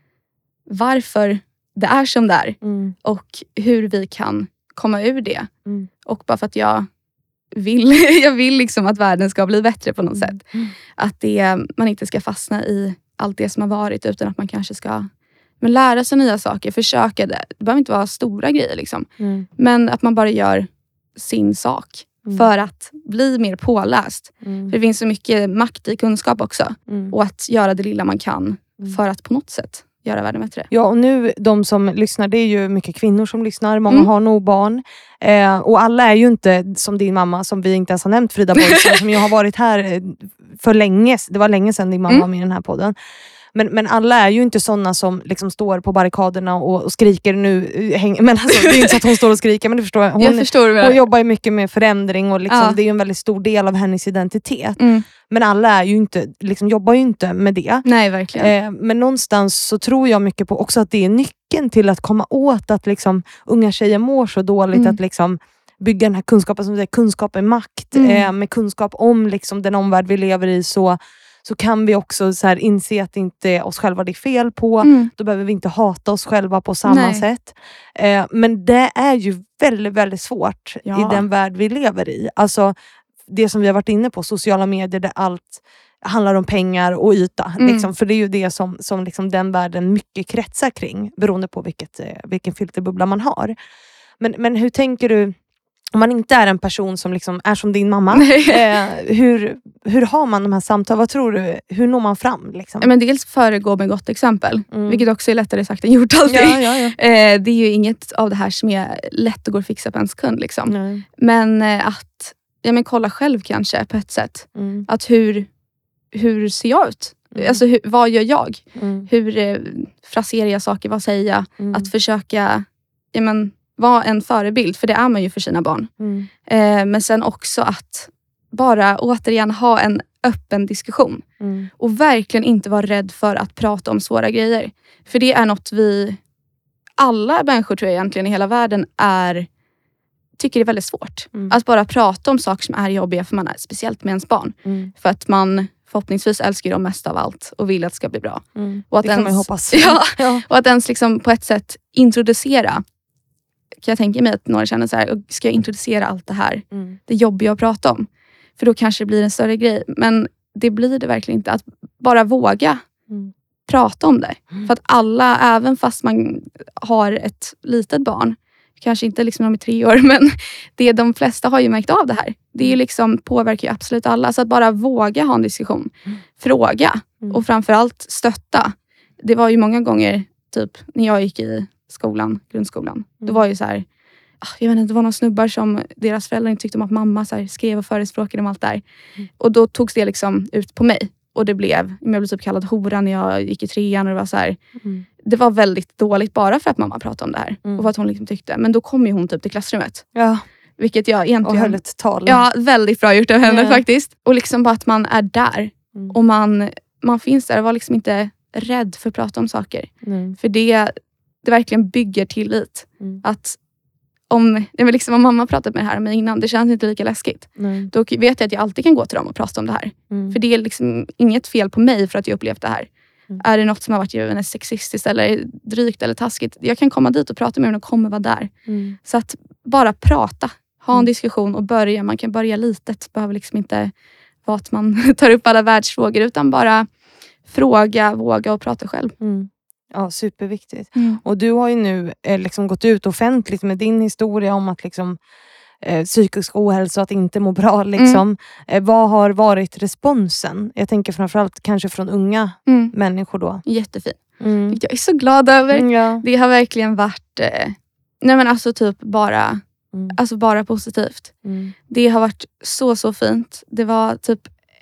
varför det är som det är. Mm. Och hur vi kan komma ur det. Mm. Och bara för att jag vill, jag vill liksom att världen ska bli bättre på något mm. sätt. Att det, man inte ska fastna i allt det som har varit, utan att man kanske ska men lära sig nya saker. Försöka det. Det behöver inte vara stora grejer liksom. Mm. Men att man bara gör sin sak. Mm. För att bli mer påläst. Mm. För det finns så mycket makt i kunskap också. Mm. Och att göra det lilla man kan. Mm. För att på något sätt göra världen bättre. Ja, och nu de som lyssnar, det är ju mycket kvinnor som lyssnar. Många mm. har nog barn. Eh, och alla är ju inte som din mamma, som vi inte ens har nämnt, Frida Boysen, som ju har varit här för länge. Det var länge sedan din mamma mm. var med i den här podden. Men, men alla är ju inte sådana som liksom står på barrikaderna och, och skriker nu. Häng, men alltså, det är inte så att hon står och skriker, men du förstår. Hon, jag förstår hon jobbar ju mycket med förändring och liksom, ja. Det är ju en väldigt stor del av hennes identitet. Mm. Men alla är ju inte, liksom, jobbar ju inte med det. Nej, verkligen. Eh, men någonstans så tror jag mycket på också att det är nyckeln till att komma åt att liksom, unga tjejer mår så dåligt. Mm. Att liksom, bygga den här kunskapen, som säger, kunskap är makt. Mm. Eh, med kunskap om liksom, den omvärld vi lever i så... så kan vi också så här inse att det inte är oss själva det är fel på. Mm. Då behöver vi inte hata oss själva på samma Nej. sätt. Eh, men det är ju väldigt, väldigt svårt ja. i den värld vi lever i. Alltså det som vi har varit inne på, sociala medier där allt handlar om pengar och yta. Mm. Liksom, för det är ju det som, som liksom den världen mycket kretsar kring. Beroende på vilket, vilken filterbubbla man har. Men, men hur tänker du... Om man inte är en person som liksom är som din mamma, eh, hur, hur har man de här samtalen? Vad tror du? Hur når man fram? Liksom? Men dels föregå med gott exempel. Mm. Vilket också är lättare sagt än gjort alltid. Ja, ja, ja. Eh, det är ju inget av det här som är lätt att gå och fixa på en sekund. Liksom. Nej. Men eh, att ja, men kolla själv kanske på ett sätt. Mm. Att hur, hur ser jag ut? Mm. Alltså hur, vad gör jag? Mm. Hur eh, fraserar jag saker? Vad säger jag? Mm. Att försöka... Ja, men, vara en förebild, för det är man ju för sina barn. Mm. Eh, men sen också att bara återigen ha en öppen diskussion. Mm. Och verkligen inte vara rädd för att prata om svåra grejer. För det är något vi, alla människor tror jag egentligen i hela världen är, tycker det är väldigt svårt. Mm. Att bara prata om saker som är jobbiga för man är, speciellt med ens barn. Mm. För att man förhoppningsvis älskar dem mest av allt och vill att det ska bli bra. Mm. Och att det kan ens, man ju hoppas. Ja, ja. Och att ens liksom på ett sätt introducera. Kan jag tänka mig att några känner så här, ska jag introducera allt det här? Mm. Det jobbiga att prata om. För då kanske det blir en större grej. Men det blir det verkligen inte. Att bara våga mm. prata om det. Mm. För att alla, även fast man har ett litet barn, kanske inte liksom de är tre år, men det de flesta har ju märkt av det här. Det är ju liksom, påverkar ju absolut alla. Så att bara våga ha en diskussion. Mm. Fråga. Mm. Och framförallt stötta. Det var ju många gånger, typ när jag gick i skolan, grundskolan. Mm. Då var ju så här, jag vet inte, det var några snubbar som deras föräldrar inte tyckte om att mamma så här, skrev och förespråkade om allt där. Mm. Och då togs det liksom ut på mig. Och det blev, jag blev typ kallad hora när jag gick i trean. Och det var så här, mm. det var väldigt dåligt bara för att mamma pratade om det här. Mm. Och vad hon liksom tyckte. Men då kom ju hon typ till klassrummet. Ja. Vilket jag egentligen... Och höll ett tal. Ja, väldigt bra gjort av henne yeah. faktiskt. Och liksom bara att man är där. Mm. Och man, man finns där och var liksom inte rädd för att prata om saker. Mm. För det... det verkligen bygger tillit. Mm. Att om, det var liksom, om mamma pratat med det här med innan, det känns inte lika läskigt. Mm. Då vet jag att jag alltid kan gå till dem och prata om det här. Mm. För det är liksom inget fel på mig för att jag upplevt det här. Mm. Är det något som har varit ju sexistiskt eller drygt eller taskigt, jag kan komma dit och prata med dem och kommer vara där. Mm. Så att bara prata, ha en Mm. diskussion och börja. Man kan börja litet, behöver liksom inte vara att man tar upp alla världsfrågor, utan bara fråga, våga och prata själv. Mm. Ja, superviktigt. Mm. Och du har ju nu eh, liksom gått ut offentligt med din historia om att liksom, eh, psykisk ohälsa och att inte må bra. Liksom. Mm. Eh, vad har varit responsen? Jag tänker framförallt kanske från unga Mm. människor då. Jättefin. Mm. Vilket jag är så glad över. Mm, ja. Det har verkligen varit eh, nej men alltså typ bara, Mm. alltså bara positivt. Mm. Det har varit så så fint. Det var typ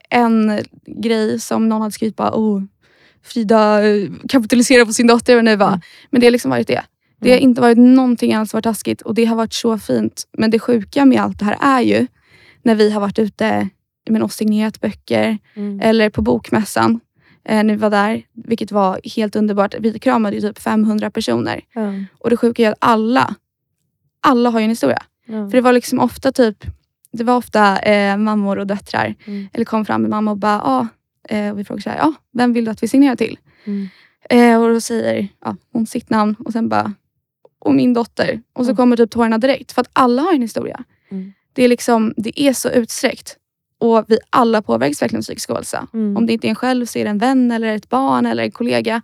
en grej som någon hade skrivit bara, oh, Frida eh, kapitaliserar på sin dotter och nu var. Mm. Men det har liksom varit det. Det har Mm. inte varit någonting annat som varit taskigt och det har varit så fint. Men det sjuka med allt det här är ju när vi har varit ute med och signerat böcker Mm. eller på bokmässan eh, när vi var där, vilket var helt underbart. Vi kramade ju typ femhundra personer. Ja. Och det sjuka är att alla, alla har ju en historia. Ja. För det var liksom ofta typ, det var ofta eh, mammor och döttrar. Mm. Eller kom fram med mamma och bara, ja. Eh, och vi frågade så här, ja, vem vill du att vi signerar till? Mm. Eh, och då säger ja, hon sitt namn och sen bara, och min dotter. Och så Mm. kommer typ tårarna direkt. För att alla har en historia. Mm. Det är liksom, det är så utsträckt. Och vi alla påverkas verkligen av psykisk ohälsa. Mm. Om det inte är en själv så är det en vän eller ett barn eller en kollega.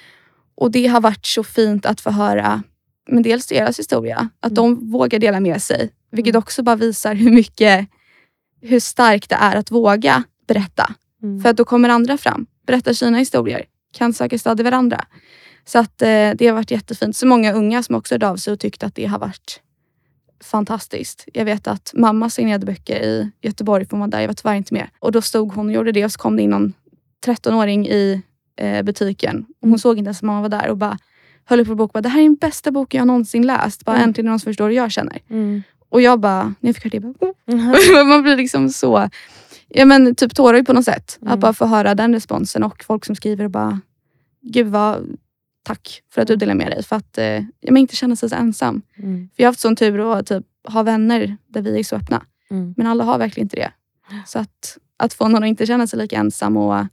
Och det har varit så fint att få höra, men dels deras historia. Att Mm. de vågar dela med sig. Vilket Mm. också bara visar hur mycket, hur starkt det är att våga berätta. Mm. För att då kommer andra fram, berättar sina historier, kan söka stöd i varandra. Så att eh, det har varit jättefint. Så många unga som också hörde av sig och tyckte att det har varit fantastiskt. Jag vet att mamma signerade böcker i Göteborg, för hon var där, jag var tyvärr inte med. Och då stod hon och gjorde det och så kom det in någon trettonåring i eh, butiken. Och hon såg inte ens att mamma var där och bara höll upp på bok och bara, det här är den bästa boken jag någonsin läst. Bara Mm. äntligen någon som förstår hur jag känner. Mm. Och jag bara, när jag fick höra det, bara, Mm. man blir liksom så, ja men typ tårar på något sätt. Mm. Att bara få höra den responsen och folk som skriver och bara, gud vad, tack för att du delar med dig. För att eh, jag inte känner sig så ensam. Mm. För jag har haft sån tur att typ, ha vänner där vi är så öppna. Mm. Men alla har verkligen inte det. Så att, att få någon att inte känna sig lika ensam och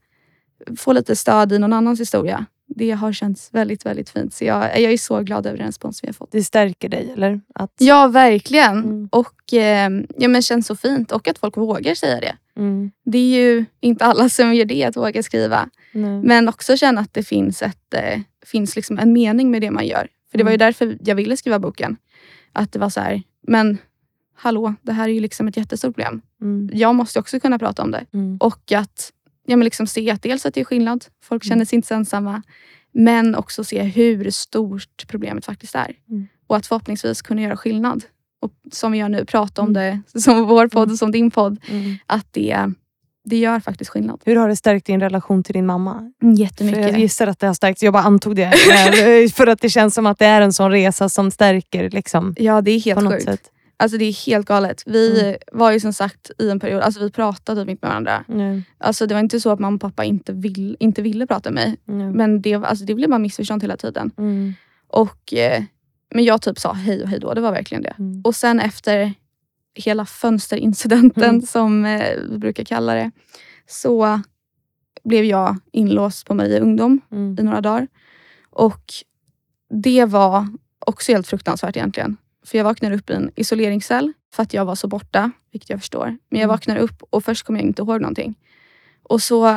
få lite stöd i någon annans historia. Det har känts väldigt, väldigt fint. Så jag, jag är så glad över den respons vi har fått. Det stärker dig, eller? Att... Ja, verkligen. Mm. Och eh, ja, men känns så fint. Och att folk vågar säga det. Mm. Det är ju inte alla som gör det, att våga skriva. Nej. Men också känna att det finns, ett, eh, finns liksom en mening med det man gör. För det var ju Mm. därför jag ville skriva boken. Att det var så här, men hallå, det här är ju liksom ett jättestort problem. Mm. Jag måste också kunna prata om det. Mm. Och att ja, men liksom se att dels att det är skillnad. Folk känner sig inte så ensamma. Men också se hur stort problemet faktiskt är. Mm. Och att förhoppningsvis kunna göra skillnad. Och som vi gör nu, prata om Mm. det. Som vår podd och som din podd. Mm. Att det, det gör faktiskt skillnad. Hur har det stärkt din relation till din mamma? Jättemycket. För jag gissar att det har stärkt. Jag bara antog det. Eh, för att det känns som att det är en sån resa som stärker. Liksom, Ja, det är helt på något sjukt. sätt. Alltså det är helt galet. Vi Mm. var ju som sagt i en period, alltså vi pratade typ inte med varandra. Nej. Alltså det var inte så att mamma och pappa inte, vill, inte ville prata med mig. Nej. Men det, alltså det blev bara missförstånd hela tiden. Mm. Och, eh, men jag typ sa hej och hej då, det var verkligen det. Mm. Och sen efter hela fönsterincidenten Mm. som eh, vi brukar kalla det. Så blev jag inlåst på Maria Ungdom Mm. i några dagar. Och det var också helt fruktansvärt egentligen. För jag vaknade upp i en isoleringscell för att jag var så borta, vilket jag förstår. Men jag Mm. vaknade upp och först kom jag inte ihåg någonting. Och så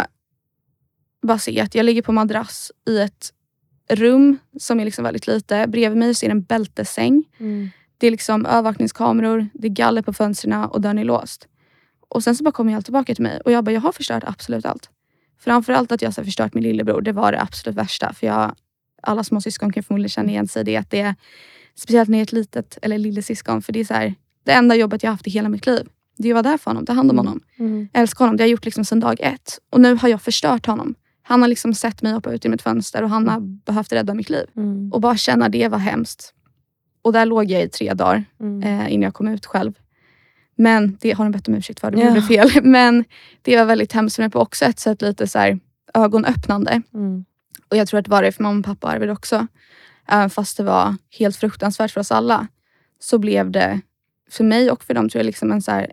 bara se att jag ligger på madrass i ett rum som är liksom väldigt lite. Bredvid mig så är det en bältesäng. Mm. Det är liksom övervakningskameror, det är galler på fönstren och dörren är låst. Och sen så bara kommer jag tillbaka till mig och jag bara, jag har förstört absolut allt. Framförallt att jag har förstört min lillebror, det var det absolut värsta. För jag, alla små syskon kan förmodligen känna igen sig i det. Att det är, speciellt när jag är ett litet, eller lillesyskon. För det är så här, det enda jobbet jag har haft i hela mitt liv. Det är att vara där för honom, ta hand om honom. Mm. Jag älskar honom, det har jag gjort liksom sedan dag ett. Och nu har jag förstört honom. Han har liksom sett mig hoppa ut i mitt fönster och han har behövt rädda mitt liv. Mm. Och bara känna det var hemskt. Och där låg jag i tre dagar Mm. eh, innan jag kom ut själv. Men det har de bett om ursäkt för, det Ja. blev fel. Men det var väldigt hemskt, men på också ett sätt lite så här ögonöppnande. Mm. Och jag tror att det var det för mamma och pappa Arvid också. Även fast det var helt fruktansvärt för oss alla. så blev det för mig och för dem tror jag liksom en så här,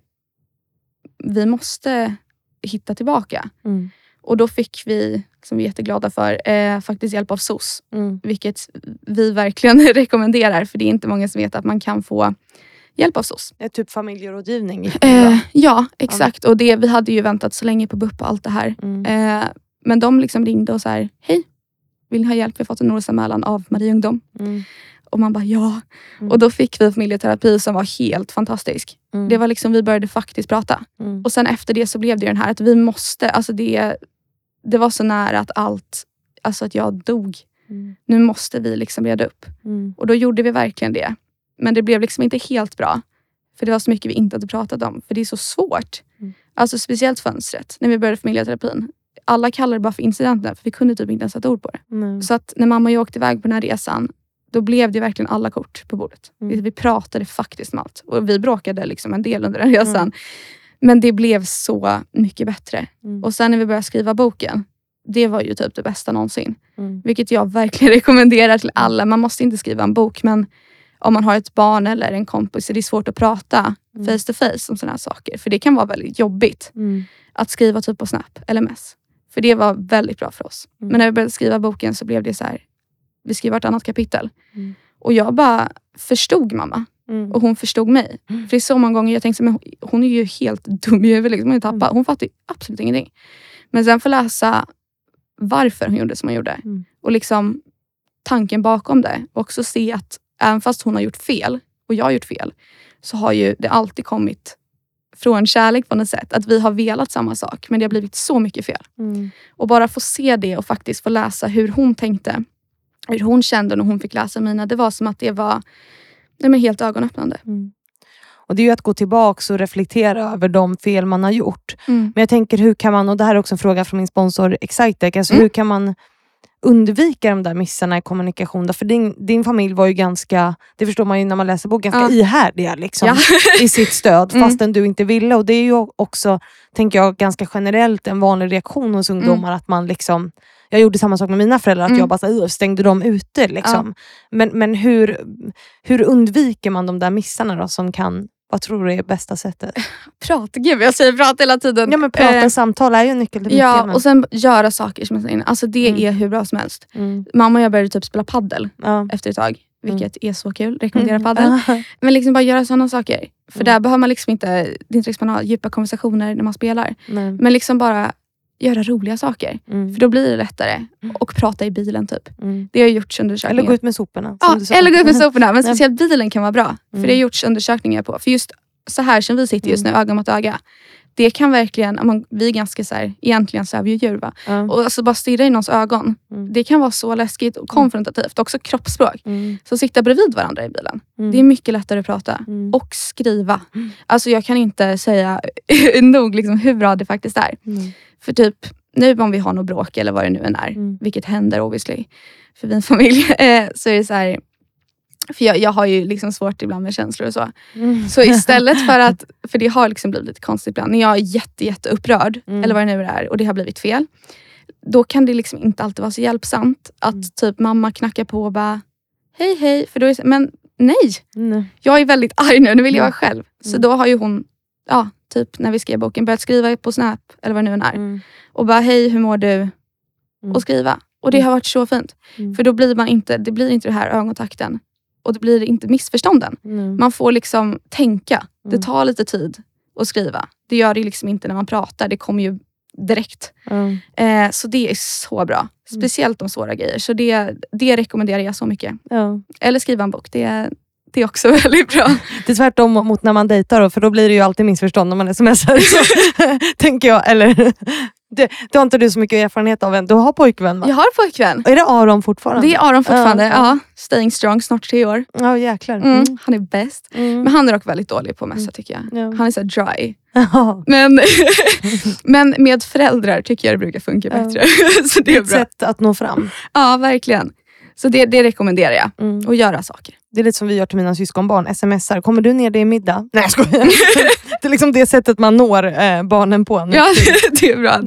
vi måste hitta tillbaka. Mm. Och då fick vi, som vi är jätteglada för, eh, faktiskt hjälp av S O S. Mm. Vilket vi verkligen rekommenderar. För det är inte många som vet att man kan få hjälp av S O S. Det är typ familjerådgivning. Eh, ja, exakt. Och det, vi hade ju väntat så länge på B U P och allt det här. Mm. Eh, men de liksom ringde och så här, hej, vill ni ha hjälp? Vi har fått en orosanmälan av Marie Ungdom. Mm. Och man bara, ja. Mm. Och då fick vi familjeterapi som var helt fantastisk. Mm. Det var liksom, vi började faktiskt prata. Mm. Och sen efter det så blev det ju den här att vi måste, alltså det, det var så nära att allt, alltså att jag dog. Mm. Nu måste vi liksom reda upp. Mm. Och då gjorde vi verkligen det. Men det blev liksom inte helt bra. För det var så mycket vi inte hade pratat om. För det är så svårt. Mm. Alltså speciellt fönstret. När vi började familjeterapin. Alla kallar det bara för incidenten. För vi kunde typ inte ens sätta ord på det. Mm. Så att när mamma och jag åkte iväg på den här resan. Då blev det verkligen alla kort på bordet. Mm. Vi, vi pratade faktiskt om allt. Och vi bråkade liksom en del under den resan. Mm. Men det blev så mycket bättre. Mm. Och sen när vi började skriva boken. Det var ju typ det bästa någonsin. Mm. Vilket jag verkligen rekommenderar till alla. Man måste inte skriva en bok. Men om man har ett barn eller en kompis. Så det är svårt att prata Mm. face to face om sådana här saker. För det kan vara väldigt jobbigt. Mm. Att skriva typ på Snap eller Mess. För det var väldigt bra för oss. Mm. Men när vi började skriva boken så blev det så här. Vi skrev ett annat kapitel. Mm. Och jag bara förstod mamma. Mm. Och hon förstod mig. Mm. För det är så många gånger jag tänkte, men hon, hon är ju helt dum i huvudet. Liksom. Hon är tappad. Mm. Hon fattar ju absolut ingenting. Men sen få läsa varför hon gjorde som hon gjorde. Mm. Och liksom tanken bakom det. Och också se att även fast hon har gjort fel. Och jag har gjort fel. Så har ju det alltid kommit från kärlek på något sätt. Att vi har velat samma sak. Men det har blivit så mycket fel. Mm. Och bara få se det och faktiskt få läsa hur hon tänkte. Hur hon kände när hon fick läsa mina. Det var som att det var nej men helt ögonöppnande. Mm. Och det är ju att gå tillbaka och reflektera över de fel man har gjort. Mm. Men jag tänker, hur kan man, och det här är också en fråga från min sponsor Excitec, alltså Mm. hur kan man undvika de där missarna i kommunikation då? För din, din familj var ju ganska, det förstår man ju när man läser bok, ganska Ja. ihärdiga liksom, Ja. i sitt stöd, Mm. fastän du inte ville. Och det är ju också, tänker jag, ganska generellt en vanlig reaktion hos ungdomar, att man liksom, jag gjorde samma sak med mina föräldrar, att Mm. jag bara så, stängde dem ute liksom. Men, men hur, hur undviker man de där missarna då, som kan, vad tror du är bästa sättet? Prata, gud jag säger prata hela tiden. Ja, men prata, Eh, samtal är ju en nyckel till Ja, mycket. Men... och sen göra saker som jag säger. Alltså det Mm. är hur bra som helst. Mm. Mamma och jag började typ spela paddel Ja. efter ett tag. Vilket är så kul. Rekommenderar Mm. paddel. Ja. Men liksom bara göra sådana saker. För Mm. där behöver man liksom inte, det är inte liksom man har djupa konversationer när man spelar. Nej. Men liksom bara göra roliga saker. Mm. För då blir det lättare. Mm. Och prata i bilen typ. Mm. Det har gjorts undersökningar. Eller gå ut med soporna. som Ja, du sa. eller gå ut med soporna. Men speciellt bilen kan vara bra. För Mm. det har gjorts undersökningar på. För just så här som vi sitter just nu, öga mot öga. Det kan verkligen, om man, vi är ganska så här, egentligen så här, vi är djur va. Ja. Och alltså bara stirra i någons ögon. Mm. Det kan vara så läskigt och konfrontativt. Också kroppsspråk. Mm. Så sitta bredvid varandra i bilen. Mm. Det är mycket lättare att prata. Mm. Och skriva. Mm. Alltså jag kan inte säga nog liksom hur bra det faktiskt är. Mm. För typ, nu om vi har något bråk eller vad det nu än är. Mm. Vilket händer obviously. För vi är en familj. eh, så är det så här. För jag, jag har ju liksom svårt ibland med känslor och så. Mm. Så istället för att, för det har liksom blivit lite konstigt ibland. När jag är jätte, jätte upprörd. Mm. Eller vad det nu är. Och det har blivit fel. Då kan det liksom inte alltid vara så hjälpsamt. Att Mm. typ mamma knackar på och bara. Hej hej. För då är det så, men nej. Mm. Jag är väldigt arg nu. Nu vill jag vara Mm. själv. Så Mm. då har ju hon. Ja, typ när vi skrev boken. Börjat skriva på Snap. Eller vad det nu än är. Mm. Och bara hej hur mår du? Mm. Och skriva. Och det Mm. har varit så fint. Mm. För då blir man inte. Det blir inte det här ögonkontakten. Och det blir inte missförstånden. Mm. Man får liksom tänka. Det Mm. tar lite tid att skriva. Det gör det liksom inte när man pratar. Det kommer ju direkt. Mm. Eh, så det är så bra. Speciellt om svåra grejer. Så det, det rekommenderar jag så mycket. Ja. Eller skriva en bok. Det, det är också väldigt bra. Det är tvärtom mot när man dejtar då, för då blir det ju alltid missförstånd när man smsar. Så, tänker jag. Eller, det, det har inte du så mycket erfarenhet av än. Du har pojkvän va? Jag har pojkvän. Är det Aron fortfarande? Det är Aron fortfarande. Ja, Ja, ja. Staying strong. Snart tre år. Ja, jäklar. Mm, Mm. han är bäst. Mm. Men han är dock väldigt dålig på att messa tycker jag. Ja. Han är så här dry. Ja. Men, men med föräldrar tycker jag det brukar funka Ja. bättre. Så det Det är är ett bra. sätt att nå fram. Ja, verkligen. Så det, det rekommenderar jag. Mm. Att göra saker. Det är lite som vi gör till mina syskonbarn. Smsar. Kommer du ner det i middag? Nej, jag skojar. Det är liksom det sättet man når eh, barnen på. Ja, det är bra det. Mm.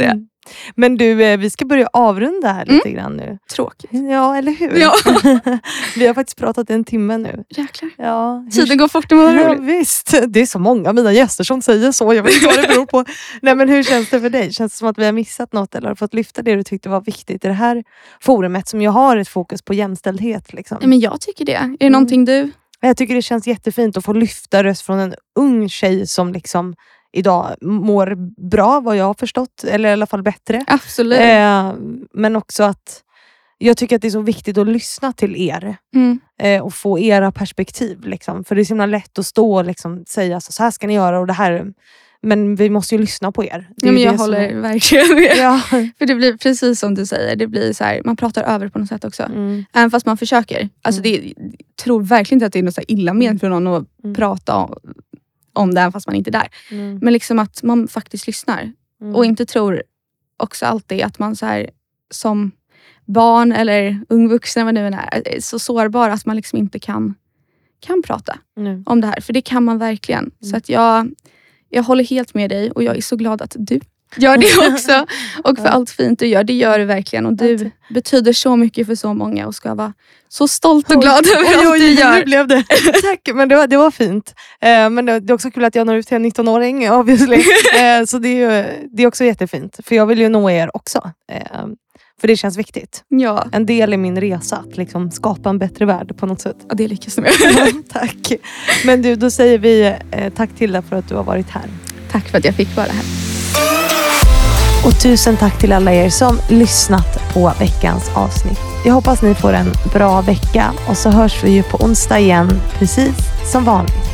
Men du, vi ska börja avrunda här lite mm. grann nu. Tråkigt. Ja, eller hur? Ja. Vi har faktiskt pratat en timme nu. Jäklar. Ja, hur... Tiden går fort när man har ja, roligt. visst. Det är så många av mina gäster som säger så. Jag vet inte vad det beror på. Nej, men hur känns det för dig? Känns det som att vi har missat något eller har fått lyfta det du tyckte var viktigt i det här forumet som jag har ett fokus på jämställdhet? Liksom? Nej, men jag tycker det. Är det mm. någonting du... Jag tycker det känns jättefint att få lyfta röst från en ung tjej som liksom idag mår bra, vad jag har förstått. Eller i alla fall bättre. Absolut. Eh, men också att jag tycker att det är så viktigt att lyssna till er. Mm. Eh, och få era perspektiv. Liksom. För det är så himla lätt att stå och liksom säga så, så här ska ni göra och det här. Men vi måste ju lyssna på er. Det ja, men jag det håller är... verkligen med. Ja. För det blir precis som du säger. Det blir så här, man pratar över på något sätt också. Mm. Även fast man försöker. Alltså Mm. det, jag tror verkligen inte att det är något så här illa ment för någon att Mm. prata om, om det även fast man inte är där. Mm. Men liksom att man faktiskt lyssnar. Mm. Och inte tror också alltid att man så här, som barn eller ung vuxen vad nu än är, är så sårbar att man liksom inte kan, kan prata Mm. om det här. För det kan man verkligen. Mm. Så att jag, jag håller helt med dig och jag är så glad att du gör det också. Och för Ja. allt fint du gör, det gör du verkligen. Och du betyder så mycket för så många och ska vara så stolt och glad över oj, allt oj, du gör. Nu blev det. Tack, men det var, det var fint. Eh, men det, det är också kul att jag når ut till en nittonåring, obviously. eh, så det är, ju, det är också jättefint. För jag vill ju nå er också. Eh, för det känns viktigt. Ja. En del i min resa att liksom skapa en bättre värld på något sätt. Ja, det lyckas med. Tack. Men du, då säger vi eh, tack till dig för att du har varit här. Tack för att jag fick vara här. Och tusen tack till alla er som lyssnat på veckans avsnitt. Jag hoppas ni får en bra vecka och så hörs vi ju på onsdag igen, precis som vanligt.